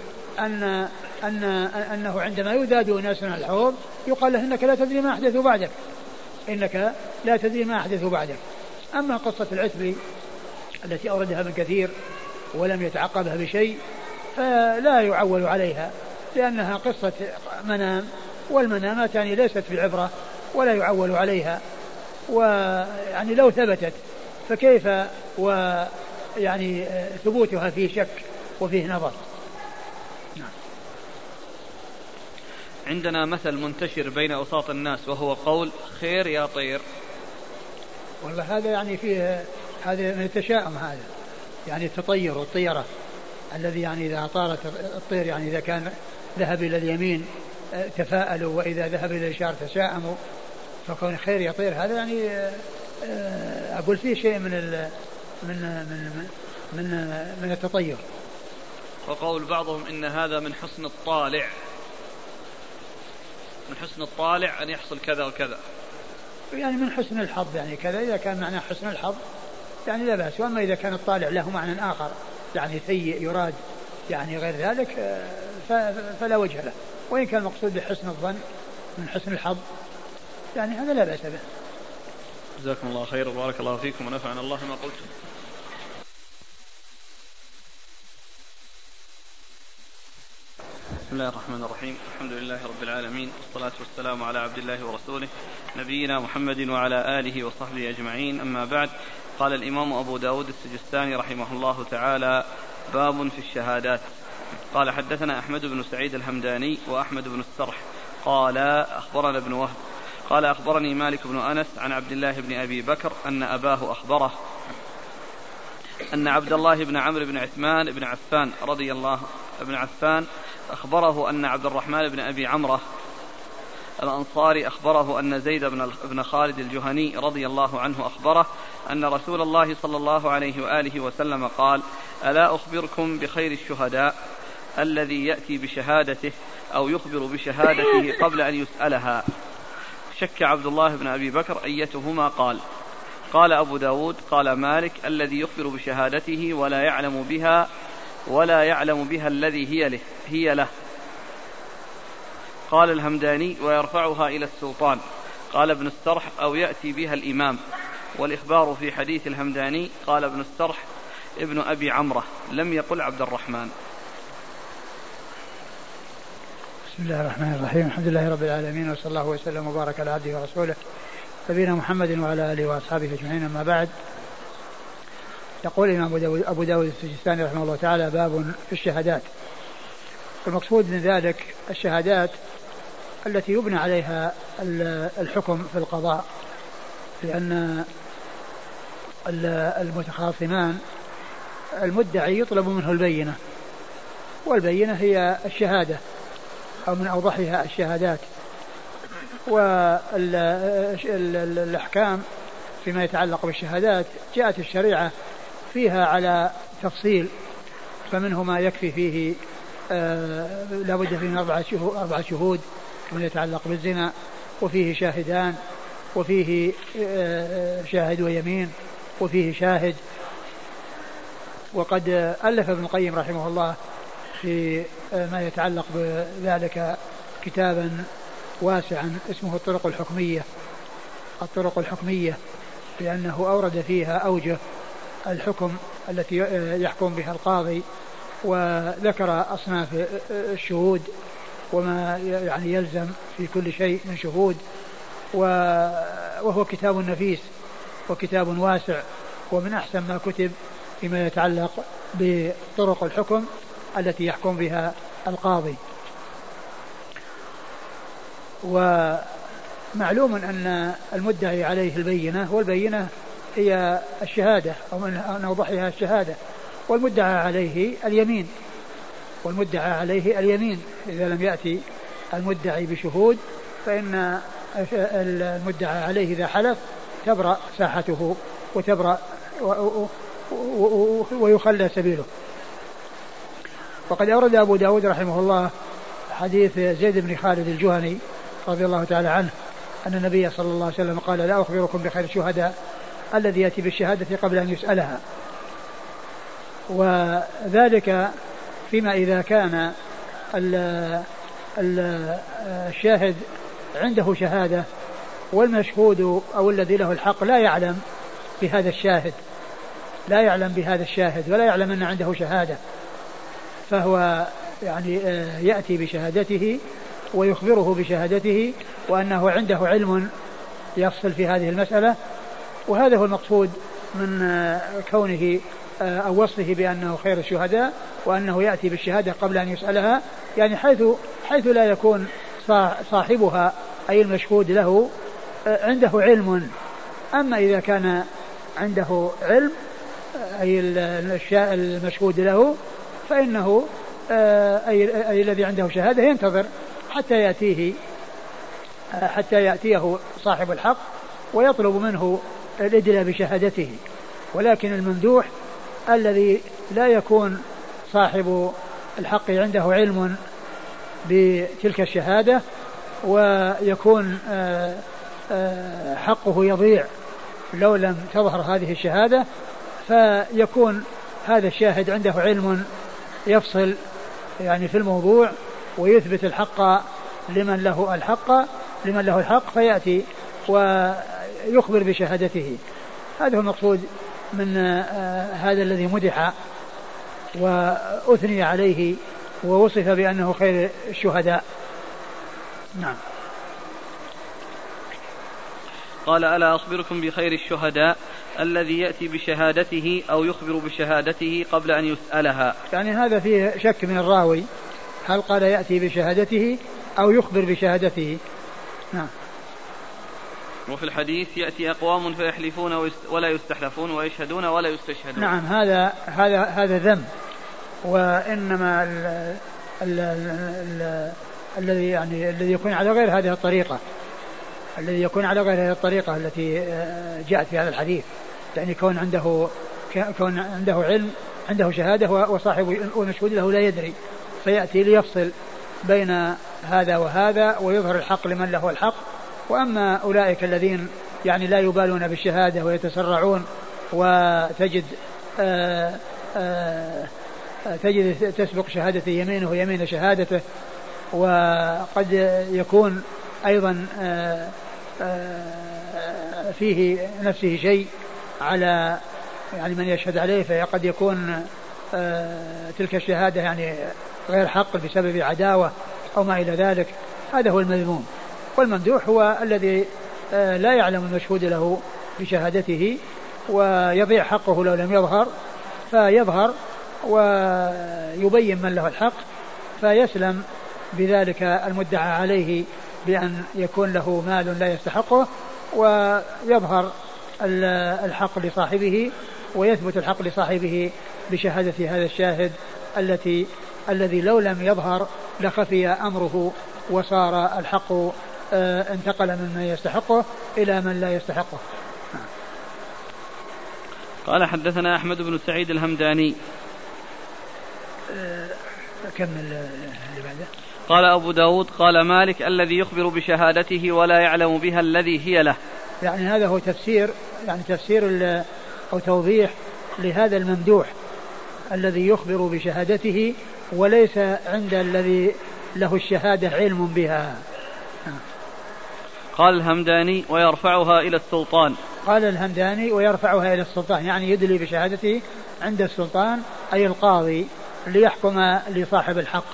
أنه عندما يذاد ناس على الحوض يقال له إنك لا تدري ما أحدثوا بعدك، إنك لا تدري ما أحدثوا بعدك. أما قصة العتبي التي أوردها ابن كثير ولم يتعقبها بشيء فلا يعول عليها، لأنها قصة منام، والمنامات يعني ليست بعبرة ولا يعول عليها، ويعني لو ثبتت فكيف ويعني ثبوتها فيه شك وفيه نظر.
عندنا مثل منتشر بين أوساط الناس وهو قول خير يا طير.
والله هذا يعني فيه هذا من التشاؤم، هذا يعني التطير والطيرة الذي يعني إذا طارت الطير يعني إذا كان ذهب إلى اليمين تفاءلوا وإذا ذهب إلى اليسار تشاءموا، فكون خير يا طير هذا يعني أقول فيه شيء من التطير.
وقول بعضهم إن هذا من حسن الطالع، من حسن الطالع أن يحصل كذا وكذا،
يعني من حسن الحظ يعني كذا، إذا كان معنى حسن الحظ يعني لا بأس. وأما إذا كان الطالع له معنى آخر يعني سيء يراد يعني غير ذلك فلا وجه له. وإن كان المقصود بحسن الظن من حسن الحظ يعني هذا لا بأس به.
جزاكم الله خير وبارك الله فيكم ونفعنا الله ما قلتم. بسم الله الرحمن الرحيم، الحمد لله رب العالمين، والصلاة والسلام على عبد الله ورسوله نبينا محمد وعلى آله وصحبه أجمعين، أما بعد. قال الإمام أبو داود السجستاني رحمه الله تعالى: باب في الشهادات. قال حدثنا أحمد بن سعيد الهمداني وأحمد بن السرح قال أخبرنا ابن وهب قال أخبرني مالك بن أنس عن عبد الله بن أبي بكر أن أباه أخبره أن عبد الله بن عمرو بن عثمان بن عفان رضي الله بن عفان أخبره أن عبد الرحمن بن أبي عمرو الأنصاري أخبره أن زيد بن خالد الجهني رضي الله عنه أخبره أن رسول الله صلى الله عليه وآله وسلم قال: ألا أخبركم بخير الشهداء الذي يأتي بشهادته أو يخبر بشهادته قبل أن يسألها. شك عبد الله بن أبي بكر أيتهما قال. قال أبو داود قال مالك: الذي يخبر بشهادته ولا يعلم بها الذي هي له. قال الهمداني: ويرفعها إلى السلطان. قال ابن السرح: أو يأتي بها الإمام. والإخبار في حديث الهمداني قال ابن السرح ابن أبي عمرة، لم يقل عبد الرحمن.
بسم الله الرحمن الرحيم، الحمد لله رب العالمين، وصلى الله وسلم وبارك على عبده ورسوله نبينا محمد وعلى آله وأصحابه أجمعين، أما بعد. يقول الإمام أبو داود السجستاني رحمه الله تعالى: باب في الشهادات. المقصود من ذلك الشهادات التي يبنى عليها الحكم في القضاء، لأن المتخاصمان المدعي يطلب منه البينة، والبينة هي الشهادة أو من أوضحها الشهادات. والأحكام فيما يتعلق بالشهادات جاءت الشريعة فيها على تفصيل، فمنه ما يكفي فيه لا بد فيه من 4 شهود فيما يتعلق بالزنا، وفيه شاهدان، وفيه شاهد ويمين، وفيه شاهد. وقد ألف ابن القيم رحمه الله في ما يتعلق بذلك كتابا واسعا اسمه الطرق الحكمية، لأنه أورد فيها أوجه الحكم التي يحكم بها القاضي، وذكر أصناف الشهود وما يعني يلزم في كل شيء من شهود، وهو كتاب نفيس وكتاب واسع، ومن أحسن ما كتب فيما يتعلق بطرق الحكم التي يحكم بها القاضي. ومعلوم أن المدعي عليه البينة، والبينة هي الشهادة أو من أوضحها الشهادة، والمدعى عليه اليمين، إذا لم يأتي المدعي بشهود فإن المدعى عليه إذا حلف تبرأ ساحته وتبرأ ويخلى سبيله. وقد أورد أبو داود رحمه الله حديث زيد بن خالد الجهني رضي الله تعالى عنه أن النبي صلى الله عليه وسلم قال: لا أخبركم بخير الشهداء الذي يأتي بالشهادة قبل أن يسألها. وذلك فيما إذا كان الشاهد عنده شهادة والمشهود أو الذي له الحق لا يعلم بهذا الشاهد ولا يعلم أن عنده شهادة، فهو يعني يأتي بشهادته ويخبره بشهادته وأنه عنده علم يفصل في هذه المسألة. وهذا هو المقصود من كونه أو وصفه بأنه خير الشهداء، وأنه يأتي بالشهادة قبل أن يسألها، يعني حيث لا يكون صاحبها أي المشهود له عنده علم. أما إذا كان عنده علم أي المشهود له فإنه أي الذي عنده شهادة ينتظر حتى يأتيه صاحب الحق ويطلب منه الإدلاء بشهادته. ولكن الممدوح الذي لا يكون صاحب الحق عنده علم بتلك الشهادة ويكون حقه يضيع لو لم تظهر هذه الشهادة، فيكون هذا الشاهد عنده علم يفصل يعني في الموضوع ويثبت الحق لمن له الحق فيأتي ويخبر بشهادته. هذا هو المقصود من هذا الذي مدح وأثني عليه ووصف بأنه خير الشهداء. نعم.
قال: ألا أخبركم بخير الشهداء الذي يأتي بشهادته أو يخبر بشهادته قبل أن يسألها.
يعني هذا فيه شك من الراوي، هل قال يأتي بشهادته أو يخبر بشهادته؟ نعم.
وفي الحديث: يأتي أقوام فيحلفون ولا يستحلفون ويشهدون ولا يستشهدون.
نعم، هذا ذم. وإنما الذي يكون على غير هذه الطريقة، التي جاءت في هذا الحديث، يعني كون عنده علم، عنده شهادة وصاحب والمشهود له لا يدري، فيأتي ليفصل بين هذا وهذا ويظهر الحق لمن له الحق. وأما أولئك الذين يعني لا يبالون بالشهادة ويتسرعون، وتجد تسبق شهادة يمينه ويمين شهادته، وقد يكون أيضا فيه نفسه شيء على يعني من يشهد عليه، فقد يكون تلك الشهادة يعني غير حق بسبب عداوة أو ما إلى ذلك. هذا هو المذموم. والممدوح هو الذي لا يعلم المشهود له بشهادته ويضيع حقه لو لم يظهر، فيظهر ويبين من له الحق فيسلم بذلك المدعى عليه بأن يكون له مال لا يستحقه، ويظهر الحق لصاحبه ويثبت الحق لصاحبه بشهادة هذا الشاهد الذي لو لم يظهر لخفي أمره وصار الحق انتقل ممن يستحقه إلى من لا يستحقه.
قال حدثنا أحمد بن سعيد الهمداني.
كمل اللي بعده.
قال أبو داود قال مالك الذي يخبر بشهادته ولا يعلم بها الذي هي له.
يعني هذا هو تفسير، يعني تفسير أو توضيح لهذا الممدوح الذي يخبر بشهادته وليس عند الذي له الشهادة علم بها.
قال الهمداني ويرفعها إلى السلطان.
قال الهمداني ويرفعها إلى السلطان، يعني يدلي بشهادته عند السلطان أي القاضي ليحكم لصاحب الحق.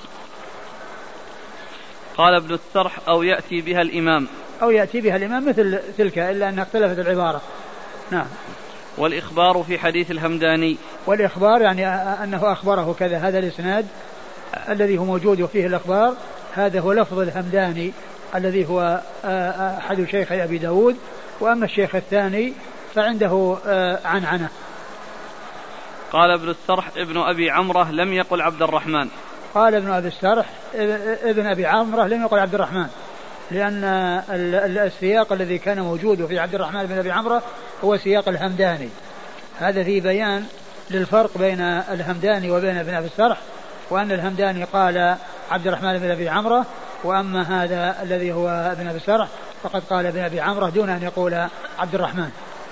قال ابن السرح أو يأتي بها الإمام.
أو يأتي بها الإمام مثل تلك، إلا أن اختلفت العبارة. نعم.
والإخبار في حديث الهمداني.
والإخبار يعني أنه أخبره كذا، هذا الإسناد الذي هو موجود وفيه الأخبار، هذا هو لفظ الهمداني الذي هو أحد شيخي أبي داود. وأما الشيخ الثاني فعنده عنعنة.
قال ابن السرح ابن أبي عمرة لم يقل عبد الرحمن.
قال ابن أبي السرح ابن أبي عمرة لم يقل عبد الرحمن، لأن السياق الذي كان موجود في عبد الرحمن بن أبي عمرة هو سياق الهمداني. هذا فيه بيان للفرق بين الهمداني وبين ابن أبي السرح، وأن الهمداني قال عبد الرحمن بن أبي عمرة، وأما هذا الذي هو ابن أبي السرح فقد قال ابن أبي عمرة دون أن يقول عبد الرحمن.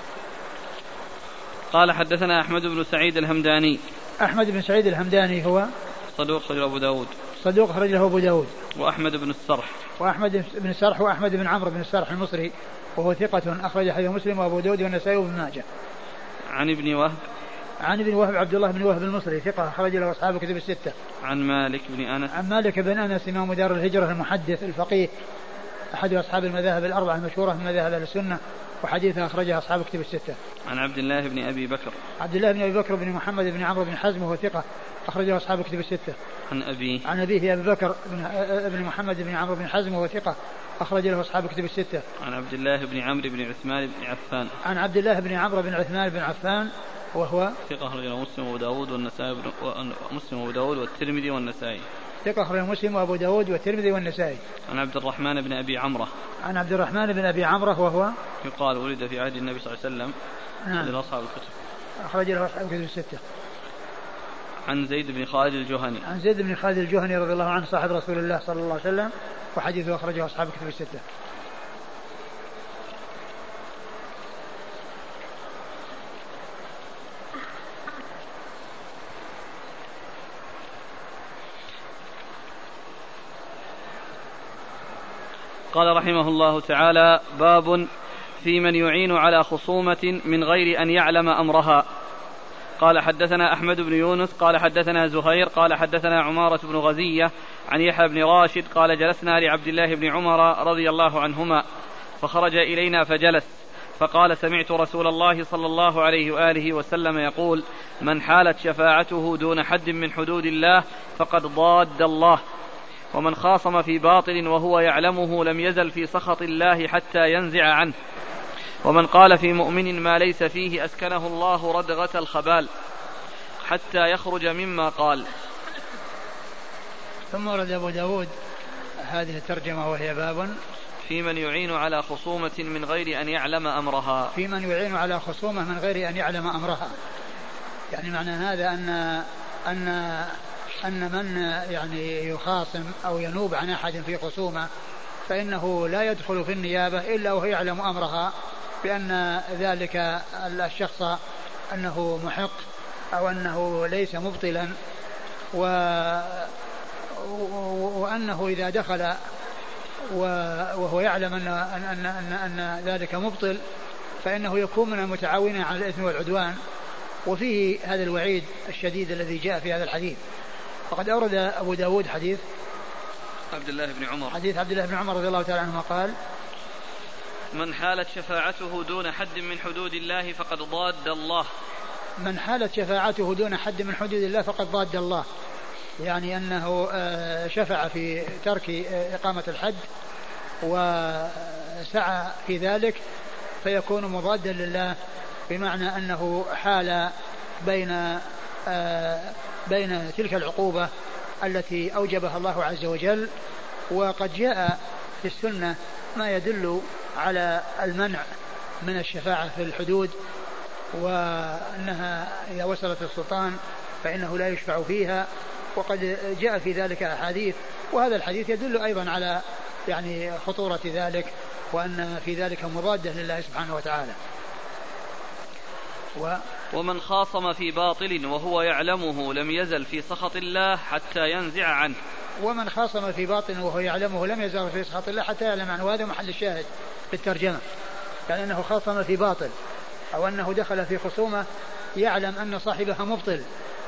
قال حدثنا أحمد بن سعيد الهمداني.
أحمد بن سعيد الهمداني هو
صدوق خرج أبو داود.
صدوق خرج له أبو داود.
وأحمد بن السرح.
وأحمد بن السرح وأحمد بن عمرو بن السرح المصري وهو ثقة أخرج حديث مسلم وأبو داود والنسائي وابن ماجه.
عن ابن وهب.
عن ابن وهب عبد الله بن وهب المصري ثقة أخرج له أصحاب الكتب الستة.
عن مالك بن أنس.
عن مالك بن أنس إمام دار الهجرة المحدث الفقيه أحد أصحاب المذاهب الأربعة المشهورة من مذاهب أهل السنة، وحديثه أخرجها أصحاب الكتب الستة.
عن عبد الله بن أبي بكر.
عبد الله بن أبي بكر بن محمد بن عمرو بن حزم وهو ثقة أخرجه أصحاب الكتب الستة.
عن أبيه.
عن أبيه أبي بكر بن محمد بن عمرو بن حزم وهو ثقة أخرج له أصحاب الكتب الستة.
عن عبد الله بن عمرو بن عثمان بن عفان.
عن عبد الله بن عمرو بن عثمان بن عفان وهو
ثقة أخرجه مسلم وأبو داود والنسائي مسلم وأبو داود والترمذي والنسائي.
ثقة أخرجه مسلم وأبو داود والترمذي والنسائي.
عن عبد الرحمن بن أبي عمرة.
عن عبد الرحمن بن أبي عمرة وهو
يقال ولد في عهد النبي صلى الله عليه وسلم.
نعم.
أصحاب الكتب.
أخرج له أصحاب الكتب الستة.
عن زيد بن خالد الجهني.
عن زيد بن خالد الجهني رضي الله عنه صاحب رسول الله صلى الله عليه وسلم، وحديثه أخرجه أصحاب الكتب الستة.
قال رحمه الله تعالى: باب في من يعين على خصومة من غير أن يعلم أمرها. قال حدثنا أحمد بن يونس قال حدثنا زهير قال حدثنا عمارة بن غزية عن يحيى بن راشد قال جلسنا لعبد الله بن عمر رضي الله عنهما فخرج إلينا فجلس فقال: سمعت رسول الله صلى الله عليه وآله وسلم يقول: من حالت شفاعته دون حد من حدود الله فقد ضاد الله، ومن خاصم في باطل وهو يعلمه لم يزل في سخط الله حتى ينزع عنه، ومن قال في مؤمن ما ليس فيه أسكنه الله ردغة الخبال حتى يخرج مما قال.
ثم ورد أبو داود هذه الترجمة وهي باب
في من يعين على خصومة من غير أن يعلم أمرها.
في من يعين على خصومة من غير أن يعلم أمرها، يعني معنى هذا أن من يعني يخاصم أو ينوب عن أحد في خصومة فإنه لا يدخل في النيابة إلا وهو يعلم أمرها، بأن ذلك الشخص أنه محق أو أنه ليس مبطلا، وأنه إذا دخل وهو يعلم أن ذلك مبطل فإنه يكون من المتعاونين على الإثم والعدوان. وفيه هذا الوعيد الشديد الذي جاء في هذا الحديث. وقد أورد أبو داود حديث
عبد الله بن عمر،
حديث عبد الله بن عمر رضي الله تعالى عنهما قال:
من حالت شفاعته دون حد من حدود الله فقد ضاد الله.
من حالت شفاعته دون حد من حدود الله فقد ضاد الله، يعني أنه شفع في ترك إقامة الحد وسعى في ذلك فيكون مضادا لله، بمعنى أنه حال بين تلك العقوبة التي أوجبها الله عز وجل. وقد جاء في السنة ما يدل على المنع من الشفاعة في الحدود، وأنها إذا وصلت السلطان فإنه لا يشفع فيها، وقد جاء في ذلك أحاديث، وهذا الحديث يدل أيضا على يعني خطورة ذلك، وأن في ذلك مضادة لله سبحانه وتعالى.
ومن خاصم في باطل وهو يعلمه لم يزل في سخط الله حتى ينزع عنه.
ومن خاصم في باطل وهو يعلمه لم يزل في سخط الله حتى يعلم عنه، وهذا محل الشاهد في الترجمة، يعني أنه خاصم في باطل أو أنه دخل في خصومة يعلم أن صاحبها مبطل،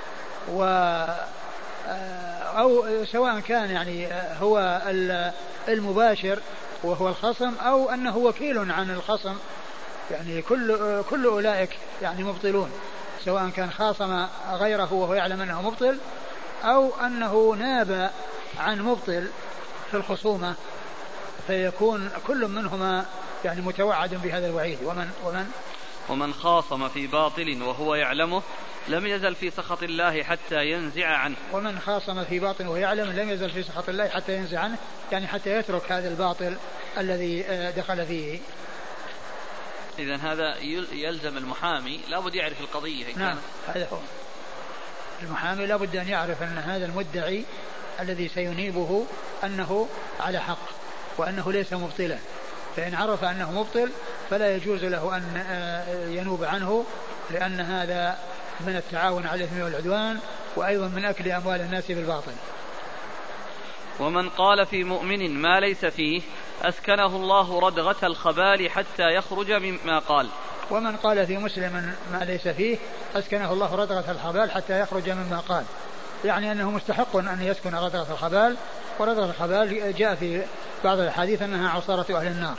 أو سواء كان يعني هو المباشر وهو الخصم أو أنه وكيل عن الخصم، يعني كل أولئك يعني مبطلون، سواء كان خاصم غيره وهو يعلم أنه مبطل أو أنه ناب عن مبطل في الخصومة، فيكون كل منهما يعني متوعد بهذا الوعيد.
ومن خاصم في باطل وهو يعلمه لم يزل في سخط الله حتى ينزع عنه.
ومن خاصم في باطل وهو يعلم لم يزل في سخط الله حتى ينزع عنه، يعني حتى يترك هذا الباطل الذي دخل فيه.
إذن هذا يلزم المحامي لابد يعرف القضية.
نعم، هذا هو المحامي لابد أن يعرف أن هذا المدعي الذي سينيبه أنه على حق وأنه ليس مبطلا، فإن عرف أنه مبطل فلا يجوز له أن ينوب عنه، لأن هذا من التعاون على الإثم والعدوان، وأيضا من أكل أموال الناس بالباطل.
ومن قال في مؤمن ما ليس فيه أسكنه الله ردغة الخبال حتى يخرج مما قال.
ومن قال في مسلم ما ليس فيه أسكنه الله ردغة الخبال حتى يخرج مما قال، يعني أنه مستحق أن يسكن ردغة الخبال، وردغة الخبال جاء في بعض الحديث أنها عصارة أهل النار.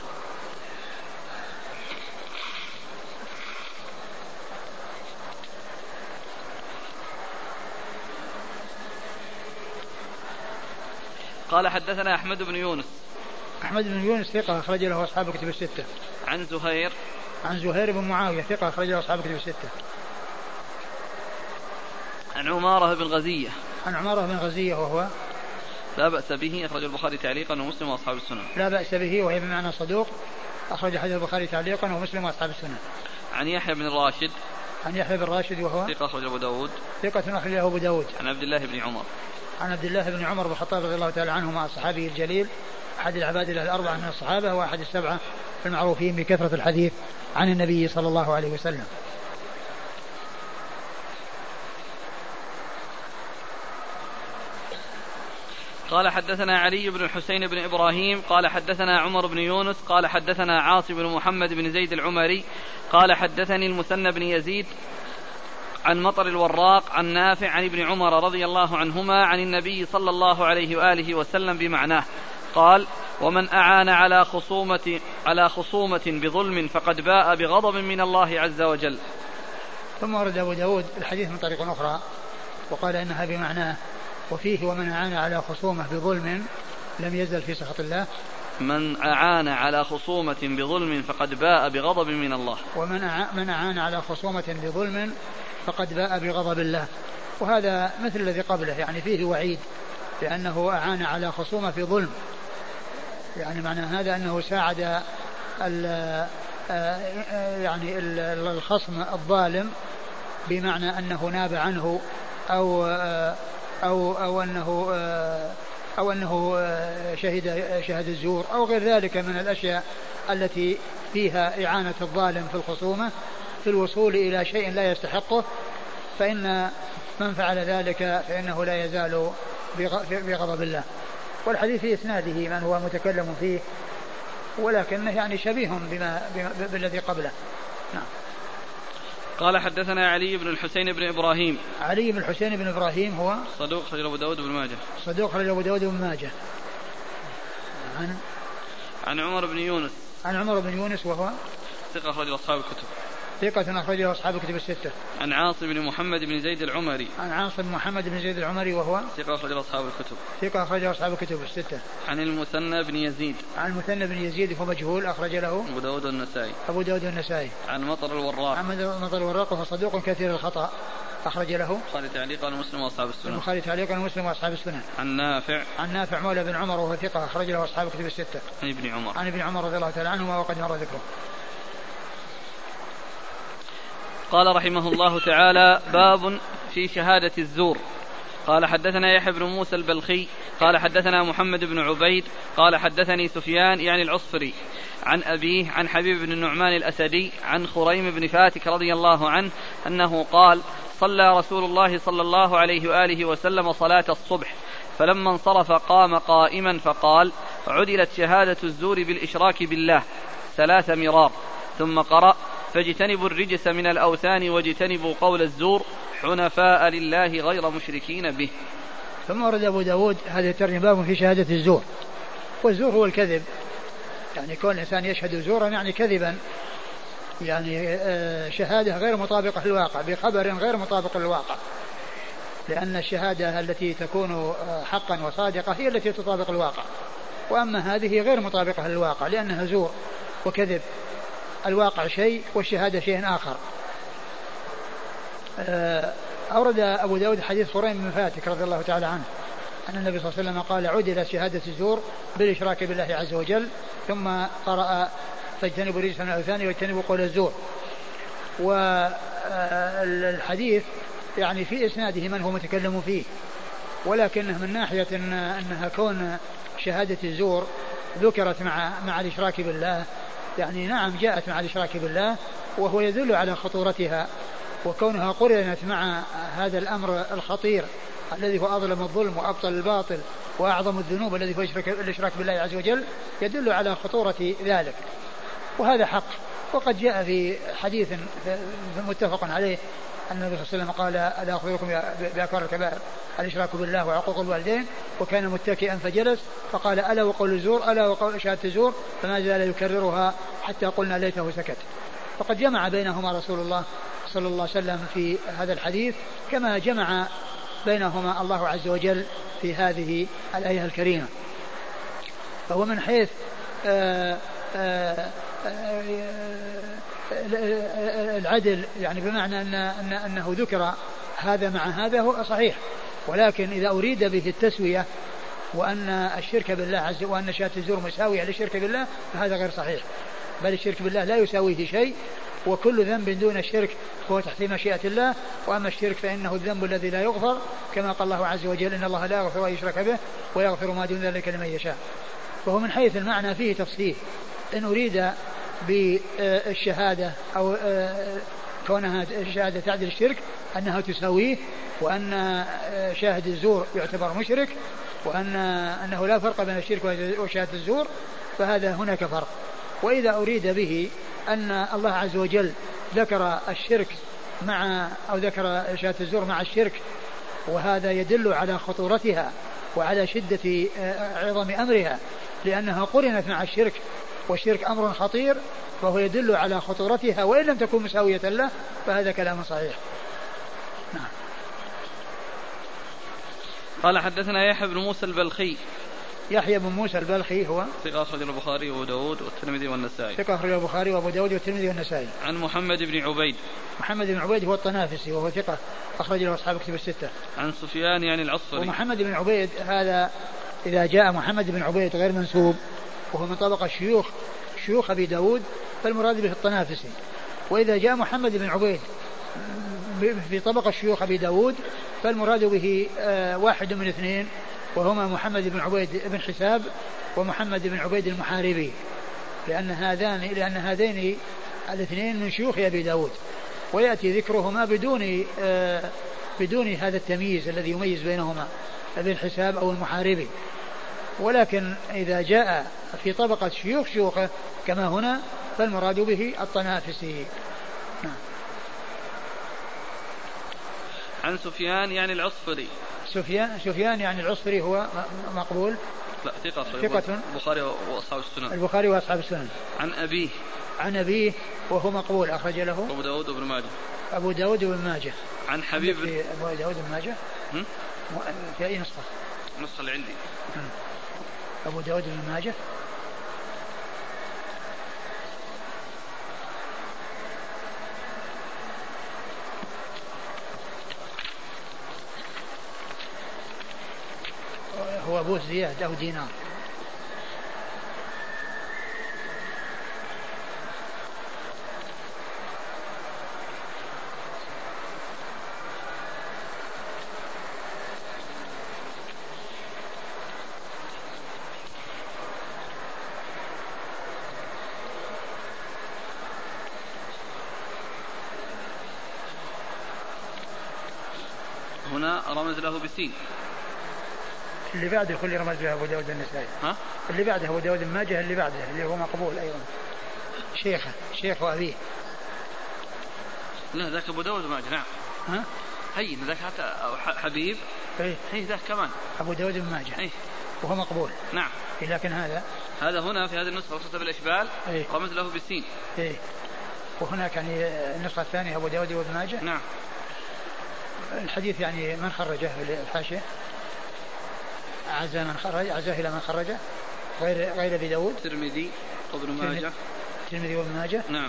قال حدثنا أحمد بن يونس.
أحمد بن يونس ثقة أخرج له أصحاب الكتب الستة.
عن زهير.
عن زهير بن معاوية ثقة أخرج له أصحاب الكتب الستة.
عن عمارة بن غزية.
عن عمارة بن غزية وهو
لا بأس به أخرج البخاري تعليقا ومسلم وأصحاب السنن.
لا بأس به وهي بمعنى صدوق أخرج حديث البخاري تعليقا ومسلم وأصحاب السنن.
عن يحيى بن راشد.
عن يحيى بن راشد وهو
ثقة أخرج أبو داود.
ثقة أخرج أبو داود.
عن عبد الله بن عمر.
عن عبد الله بن عمر بن الخطاب رضي الله تعالى عنهما الصحابي الجليل أحد العباد الأربعة من الصحابة وأحد السبعة المعروفين بكثرة الحديث عن النبي صلى الله عليه وسلم.
قال حدثنا علي بن الحسين بن إبراهيم قال حدثنا عمر بن يونس قال حدثنا عاصم بن محمد بن زيد العمري قال حدثني المثنى بن يزيد عن مطر الوراق عن نافع عن ابن عمر رضي الله عنهما عن النبي صلى الله عليه وآله وسلم بمعناه قال: ومن أعان على خصومة بظلم فقد باء بغضب من الله عز وجل.
ثم ورد أبو داود الحديث من طريق أخرى وقال إنها بمعناه، وفيه ومن أعان على خصومة بظلم لم يزل في سخط الله.
من أعان على خصومة بظلم فقد باء بغضب من الله.
ومن أعان على خصومة بظلم فقد باء بغضب الله. وهذا مثل الذي قبله، يعني فيه وعيد لأنه أعان على خصومة في ظلم، يعني معنى هذا أنه ساعد يعني الخصم الظالم، بمعنى أنه ناب عنه أو أنه شهد الزور أو غير ذلك من الأشياء التي فيها إعانة الظالم في الخصومة في الوصول إلى شيء لا يستحقه، فإن من فعل ذلك فإنه لا يزال بغضب الله. والحديث في إسناده من هو متكلم فيه، ولكنه يعني شبيه بالذي قبله. نعم.
قال حدثنا علي بن الحسين بن إبراهيم.
علي بن الحسين بن إبراهيم هو
صدوق خرج أبو داود بن ماجه.
صدوق خرج أبو داود بن ماجه.
عن عمر بن يونس.
عن عمر بن يونس وهو
ثقة أخرج أصحاب الكتب.
ثقة أخرجه أصحاب الكتب الستة.
عن عاصم بن محمد بن زيد العمري.
عن عاصم بن محمد بن زيد العمري وهو
ثقة أخرجه أصحاب الكتب.
ثقة أخرجه أصحاب الكتب الستة.
عن المثنى بن يزيد.
عن المثنى بن يزيد هو مجهول أخرج له
أبو داود والنسائي.
أبو داود والنسائي.
عن مطر الوراق.
عن مطر الوراق وهو صدوق كثير الخطأ أخرج له
البخاري تعليقا ومسلم وأصحاب السنن.
البخاري تعليقا ومسلم وأصحاب السنن.
عن نافع.
عن نافع مولى بن عمر وهو ثقة أخرج له أصحاب الكتب الستة.
عن ابن عمر.
عن ابن عمر رضي الله تعالى عنهما وقد مر ذكره.
قال رحمه الله تعالى: باب في شهادة الزور. قال حدثنا يحيى بن موسى البلخي قال حدثنا محمد بن عبيد قال حدثني سفيان يعني العصفري عن أبيه عن حبيب بن النعمان الأسدي عن خريم بن فاتك رضي الله عنه أنه قال: صلى رسول الله صلى الله عليه وآله وسلم صلاة الصبح، فلما انصرف قام قائما فقال: عدلت شهادة الزور بالإشراك بالله 3 مرار، ثم قرأ: فاجتنبوا الرجس من الأوثان واجتنبوا قول الزور حنفاء لله غير مشركين به.
ثم ورد أبو داود هذا الترجمة باب في شهادة الزور. والزور هو الكذب، يعني كون الإنسان يشهد زورا يعني كذبا، يعني شهادة غير مطابقة للواقع بخبر غير مطابق للواقع، لأن الشهادة التي تكون حقا وصادقة هي التي تطابق الواقع، وأما هذه غير مطابقة للواقع لأنها زور وكذب. الواقع شيء والشهادة شيء آخر. أورد أبو داود حديث خريم بن فاتك رضي الله تعالى عنه أن النبي صلى الله عليه وسلم قال: عدل شهادة الزور بالإشراك بالله عز وجل، ثم قرأ: فاجتنبوا رجس من الأوثان واجتنبوا قول الزور. والحديث يعني في إسناده من هو متكلم فيه، ولكنه من ناحية أنها كون شهادة الزور ذكرت مع الإشراك بالله، يعني نعم جاءت مع الإشراك بالله، وهو يدل على خطورتها، وكونها قرنت مع هذا الأمر الخطير الذي هو أظلم الظلم وأبطل الباطل وأعظم الذنوب الذي هو الإشراك بالله عز وجل، يدل على خطورة ذلك، وهذا حق. وقد جاء في حديث متفق عليه أن النبي صلى الله عليه وسلم قال: ألا أخبركم بأكبر الكبائر الإشراك بالله وعقوق الوالدين، وكان متكئا فجلس فقال: ألا وقول الزور، ألا وقول شهادة الزور، فما زال يكررها حتى قلنا ليته سكت. فقد جمع بينهما رسول الله صلى الله عليه وسلم في هذا الحديث كما جمع بينهما الله عز وجل في هذه الآية الكريمة. فهو من حيث العدل، يعني بمعنى أنه ذكر هذا مع هذا هو صحيح، ولكن إذا أريد به التسوية وأن الشرك بالله عز وجل وأن شهادة الزور مساوية للشرك بالله، فهذا غير صحيح، بل الشرك بالله لا يساويه شيء، وكل ذنب دون الشرك هو تحت مشيئة الله، وأما الشرك فإنه الذنب الذي لا يغفر، كما قال الله عز وجل: إن الله لا يغفر أن يشرك به ويغفر ما دون ذلك لمن يشاء. فهو من حيث المعنى فيه تفصيل، إن أريد بالشهادة أو كونها الشهادة تعدل الشرك أنها تساويه، وأن شاهد الزور يعتبر مشرك، أنه لا فرق بين الشرك وشهادة الزور، فهذا هناك فرق. وإذا أريد به أن الله عز وجل ذكر الشرك أو ذكر شهادة الزور مع الشرك، وهذا يدل على خطورتها وعلى شدة عظم أمرها، لأنها قرنت مع الشرك، والشرك أمر خطير، فهو يدل على خطورتها، وإن لم تكن مساوية له فهذا كلام صحيح. نعم.
قال حدثنا يحيى بن موسى البلخي.
يحيى بن موسى البلخي هو
ثقة أخرج البخاري وأبو داود والترمذي والنسائي.
ثقة أخرج البخاري وأبو داود والترمذي والنسائي.
عن محمد بن عبيد.
محمد بن عبيد هو الطنافسي وهو ثقة أخرج له أصحاب كتب الستة.
عن سفيان يعني العصفري.
ومحمد بن عبيد هذا إذا جاء محمد بن عبيد غير منسوب وهو من طبقة شيوخ أبي داود فالمراد به الطنافسي، وإذا جاء محمد بن عبيد في طبقة شيوخ أبي داود فالمراد به واحد من اثنين، وهما محمد بن عبيد بن حساب ومحمد بن عبيد المحاربي، لأن هذين الاثنين من شيوخ أبي داود، ويأتي ذكرهما بدون هذا التمييز الذي يميز بينهما ابن حساب أو المحاربي. ولكن إذا جاء في طبقة شيوخه كما هنا فالمراد به الطنافسي.
عن سفيان يعني العصفري.
سفيان يعني العصفري هو مقبول.
لا ثقة. البخاري وأصحاب السنن.
البخاري وأصحاب السنن.
عن أبيه
وهو مقبول أخرج له
أبو داود وابن ماجه.
أبو داود وابن ماجه.
عن حبيب
أبو داود وابن ماجه في أي نسخة؟
النسخة اللي عندي
أبو داود وابن ماجه. هو أبو زياد أو دينار.
هنا رمز له بالسين.
اللي بعده كل رمز له أبو داود النسائي. اللي بعده أبو داود الماجه اللي بعده اللي هو مقبول أيضا شيخ وأبيه.
لا ذاك أبو داود الماجه. نعم. هي ذاك حبيب. هي ذاك كمان
أبو داود الماجه. وهو مقبول.
نعم.
لكن هذا
هنا في هذه النسخة وصلت بالإشبال رمز له بالسين.
وهناك يعني النسخة الثانية أبو داود وابن ماجه.
نعم.
الحديث يعني من خرجه الحاشية عزاه إلى من خرجه غير أبي داود.
الترمذي وابن ماجه.
الترمذي وابن ماجه.
نعم.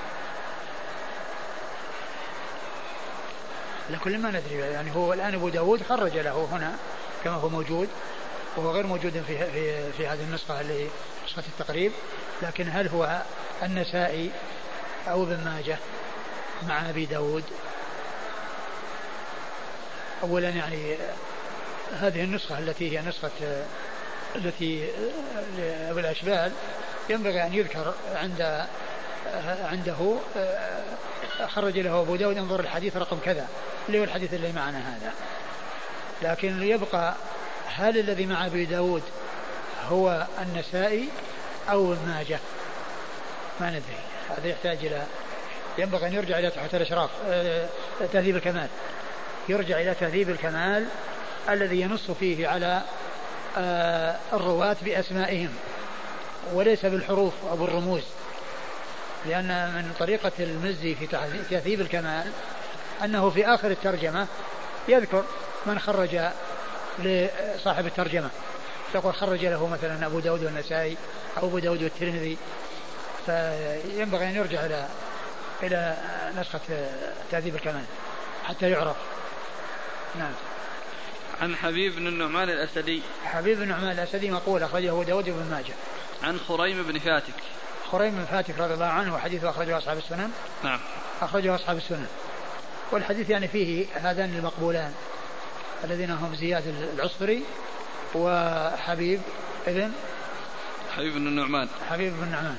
لكل ما ندري يعني هو الآن أبو داود خرج له هنا كما هو موجود وهو غير موجود في هذه النسخة اللي نسخة التقريب. لكن هل هو النسائي أو ابن ماجه مع أبي داود؟ أولا يعني هذه النسخة التي هي نسخة التي أبو الأشبال ينبغي أن يذكر عنده خرج له أبو داود انظر الحديث رقم كذا اللي هو الحديث اللي معنا هذا. لكن يبقى هل الذي مع أبي داود هو النسائي أو ابن ماجه؟ ما ندري. هذا يحتاج إلى ينبغي أن يرجع إلى تحت الإشراف تهذيب الكمال. يرجع إلى تهذيب الكمال الذي ينص فيه على الرواة بأسمائهم وليس بالحروف أو بالرموز. لأن من طريقة المزي في تهذيب الكمال أنه في آخر الترجمة يذكر من خرج لصاحب الترجمة تقول خرج له مثلا أبو داود والنسائي أو أبو داود والترمذي. فينبغي أن يرجع إلى نسخة تهذيب الكمال حتى يعرف. نعم.
عن حبيب بن النعمان الأسدي.
حبيب بن النعمان الأسدي مقول أخرجه أبو داود وابن ماجه.
عن خريم بن فاتك.
خريم بن فاتك رضي الله عنه وحديثه أخرجه أصحاب السنن.
نعم.
أخرجه أصحاب السنن. والحديث يعني فيه هذان المقبولان الذين هم زياد العصفري وحبيب بن
النعمان.
حبيب بن النعمان.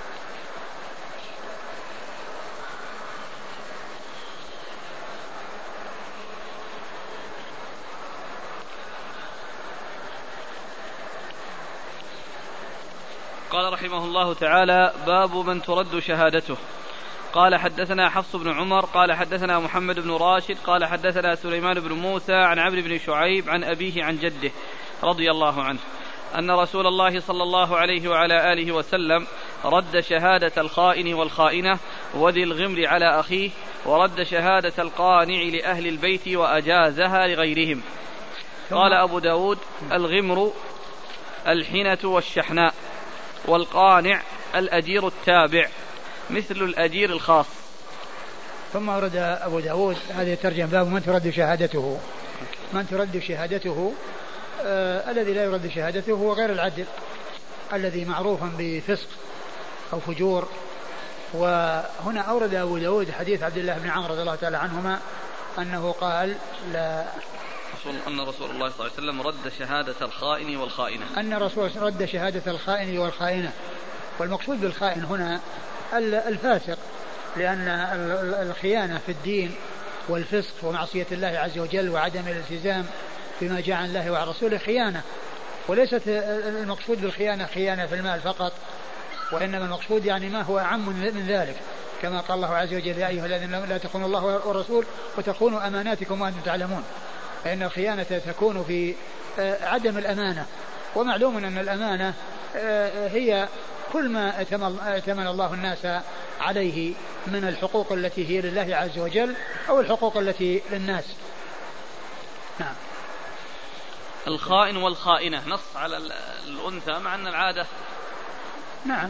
قال رحمه الله تعالى باب من ترد شهادته. قال حدثنا حفص بن عمر قال حدثنا محمد بن راشد قال حدثنا سليمان بن موسى عن عمرو بن شعيب عن أبيه عن جده رضي الله عنه أن رسول الله صلى الله عليه وعلى آله وسلم رد شهادة الخائن والخائنة وذي الغمر على أخيه ورد شهادة القانع لأهل البيت وأجازها لغيرهم. قال أبو داود الغمر الحنة والشحناء والقانع الأجير التابع مثل الأجير الخاص.
ثم ورد أبو داود هذه الترجمة باب من ترد شهادته. من ترد شهادته الذي لا يرد شهادته هو غير العدل الذي معروفا بفسق أو فجور. وهنا أورد أبو داود حديث عبد الله بن عمرو رضي الله تعالى عنهما أنه قال
أن رسول الله صلى الله عليه وسلم رد شهادة الخائن والخائنة.
أن رسول رد شهادة الخائن والخائنة. والمقصود بالخائن هنا الفاسق لأن الخيانة في الدين والفسق ومعصية الله عز وجل وعدم الالتزام بما جاء عن الله وعن رسوله خيانة. وليست المقصود بالخيانة خيانة في المال فقط وإنما المقصود يعني ما هو أعم من ذلك كما قال الله عز وجل يا أيها الذين لا تخونوا الله والرسول وتخونوا أماناتكم وأنتم تعلمون. فإن الخيانة تكون في عدم الأمانة. ومعلوم أن الأمانة هي كل ما ائتمن الله الناس عليه من الحقوق التي هي لله عز وجل أو الحقوق التي للناس. نعم.
الخائن والخائنة نص على الأنثى مع أن العادة.
نعم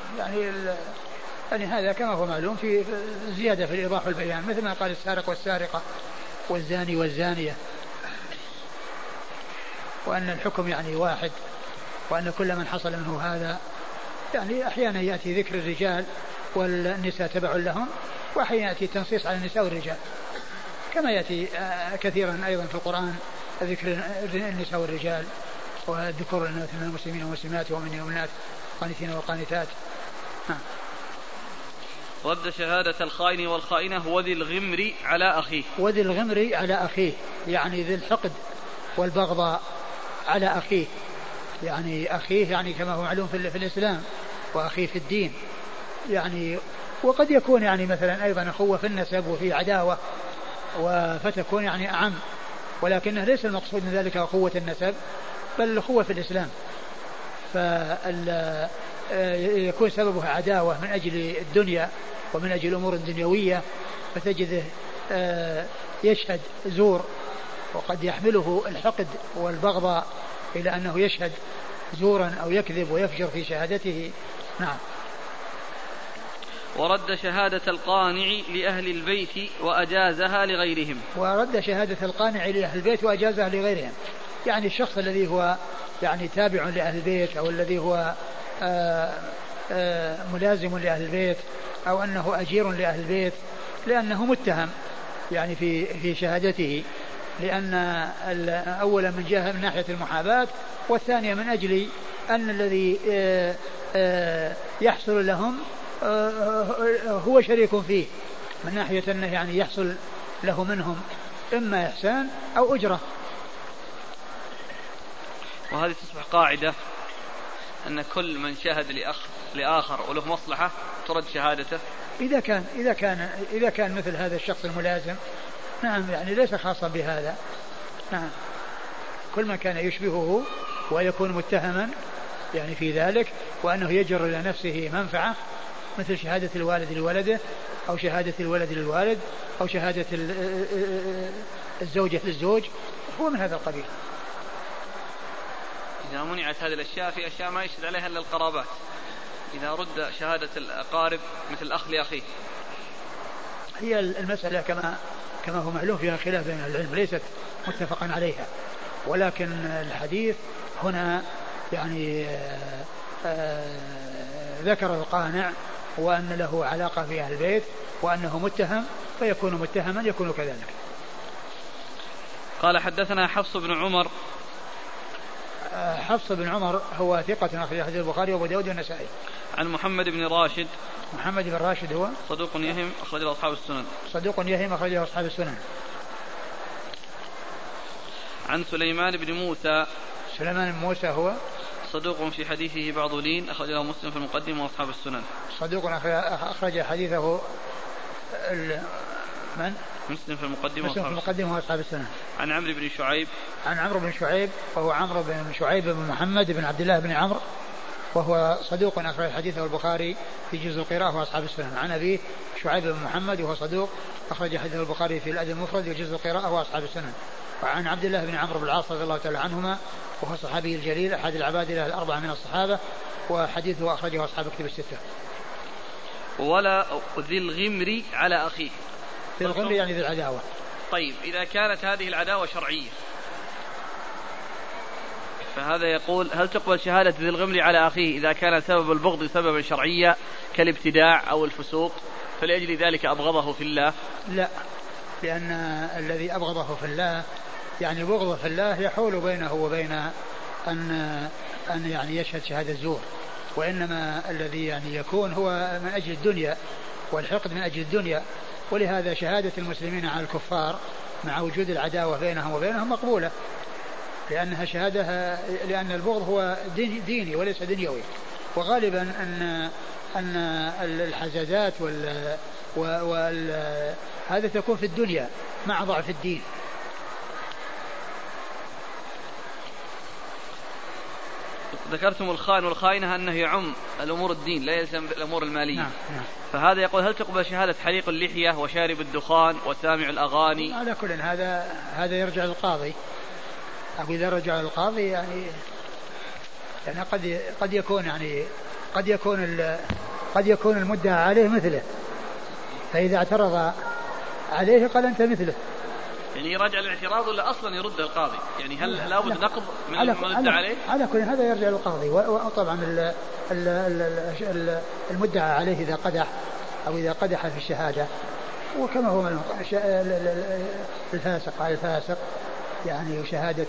يعني هذا كما هو معلوم في زيادة في الإيضاح والبيان مثل ما قال السارق والسارقة والزاني والزانية وأن الحكم يعني واحد وأن كل من حصل منه هذا يعني أحيانا يأتي ذكر الرجال والنساء تبع لهم وأحيانا يأتي التنصيص على النساء والرجال كما يأتي كثيرا أيضا في القرآن ذكر النساء والرجال والذكور والإناث من المسلمين والمسلمات ومن المؤمنات قانتين والقانتات.
رد شهادة الخائن والخائنة وذي الغمر على أخيه.
وذي الغمر على أخيه يعني ذي الحقد والبغضاء على أخيه، يعني أخيه يعني كما هو معلوم في الإسلام، وأخيه في الدين يعني. وقد يكون يعني مثلا أيضا أخوة في النسب وفي عداوة فتكون يعني أعم، ولكنه ليس المقصود من ذلك أخوة النسب بل الأخوة في الإسلام. فيكون سببها عداوة من أجل الدنيا ومن أجل الأمور الدنيوية، فتجده يشهد زور، وقد يحمله الحقد والبغضاء إلى أنه يشهد زورا أو يكذب ويفجر في شهادته. نعم.
ورد شهادة القانع لأهل البيت وأجازها لغيرهم.
ورد شهادة القانع لأهل البيت وأجازها لغيرهم، يعني الشخص الذي هو يعني تابع لأهل البيت أو الذي هو ملازم لأهل البيت أو أنه أجير لأهل البيت، لأنه متهم يعني في شهادته، لأن أولا من جهة من ناحية المحاباة، والثانية من أجل أن الذي يحصل لهم هو شريك فيه، من ناحية أنه يعني يحصل له منهم إما إحسان أو أجرة.
وهذه تصبح قاعدة أن كل من شهد لآخر وله مصلحة ترد شهادته
إذا كان مثل هذا الشخص الملازم. نعم، يعني ليس خاصا بهذا. نعم، كل ما كان يشبهه ويكون متهما يعني في ذلك، وأنه يجر إلى نفسه منفعة، مثل شهادة الوالد لولده أو شهادة الولد للوالد أو شهادة الزوجة للزوج، هو من هذا القبيل.
إذا منعت هذه الأشياء في أشياء ما يشهد عليها إلا القرابات، إذا رد شهادة الأقارب مثل الأخ لأخيه.
هي المسألة كما هو معلوم فيها خلاف بين العلم، ليست متفقا عليها، ولكن الحديث هنا يعني ذكر القانع وأن له علاقة في أهل البيت وأنه متهم، فيكون متهما يكون كذلك.
قال حدثنا حفص بن عمر.
حفص بن عمر هو ثقة أخرج حديث البخاري وأبو داود والنسائي.
عن محمد بن راشد.
محمد بن راشد هو
صدوق يهم أخرجه أصحاب السنن.
صدوق يهم أخرجه أصحاب السنن.
عن سليمان بن موسى.
سليمان بن موسى هو
صدوق في حديثه بعض لين أخرجه مسلم في المقدمة وأصحاب السنن.
صدوق أخرج حديثه من؟
مسلم في المقدمة
وأصحاب السنن.
عن عمرو بن شعيب.
عن عمرو بن شعيب وهو عمرو بن شعيب بن محمد بن عبد الله بن عمرو، وهو صدوق أخرج حديثه البخاري في جزء القراءة وأصحاب السنن. عن أبيه شعيب بن محمد وهو صدوق أخرج حديثه البخاري في الأدب المفرد وجزء القراءة وأصحاب السنن. وعن عبد الله بن عمرو بن العاص رضي الله تعالى عنهما، وهو صحابي الجليل أحد العبادلة الأربعة من الصحابة، وحديثه أخرجه أصحاب كتب الستة.
ولا ذي الغمر على أخيه.
ذي الغمر يعني ذي العداوة.
طيب، إذا كانت هذه العداوة شرعية فهذا يقول هل تقبل شهادة ذي الغمر على أخيه إذا كان سبب البغض سببا شرعيا كالابتداع أو الفسوق، فلأجل ذلك أبغضه في الله؟
لا، لأن الذي أبغضه في الله يعني بغضه في الله يحول بينه وبين أن يعني يشهد شهادة زور، وإنما الذي يعني يكون هو من أجل الدنيا، والحقد من أجل الدنيا. ولهذا شهادة المسلمين على الكفار مع وجود العداوة بينهم وبينهم مقبولة، لأنها شهادة، لأن البغض هو ديني وليس دنيوي. وغالبا أن الحزازات هذا تكون في الدنيا مع ضعف الدين.
ذكرتم الخائن والخائنة أنه يعم الأمور الدين لا يلزم الأمور المالية.
نعم.
فهذا يقول هل تقبل شهادة حريق اللحية وشارب الدخان وسامع الأغاني؟
على كل هذا يرجع للقاضي، أو إذا رجع للقاضي يعني قد يكون المدعى عليه مثله، فإذا اعترض عليه قال أنت مثله.
يعني يرجع الاعتراض ولا أصلا يرد القاضي؟ يعني هل لابد نقض من المدعى عليه؟
على كل هذا يرجع للقاضي. وطبعا المدعى عليه إذا قدح أو إذا قدح في الشهادة، وكما هو من الفاسق على الفاسق يعني شهادة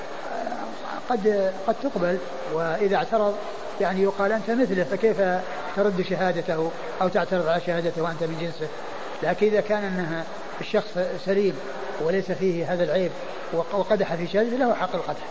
قد تقبل، وإذا اعترض يعني يقال أنت مثله، فكيف ترد شهادته أو تعترض على شهادته وأنت من جنسه. لكن إذا كان أنها الشخص سليم وليس فيه هذا العيب وقدح في شهادته له حق القدح.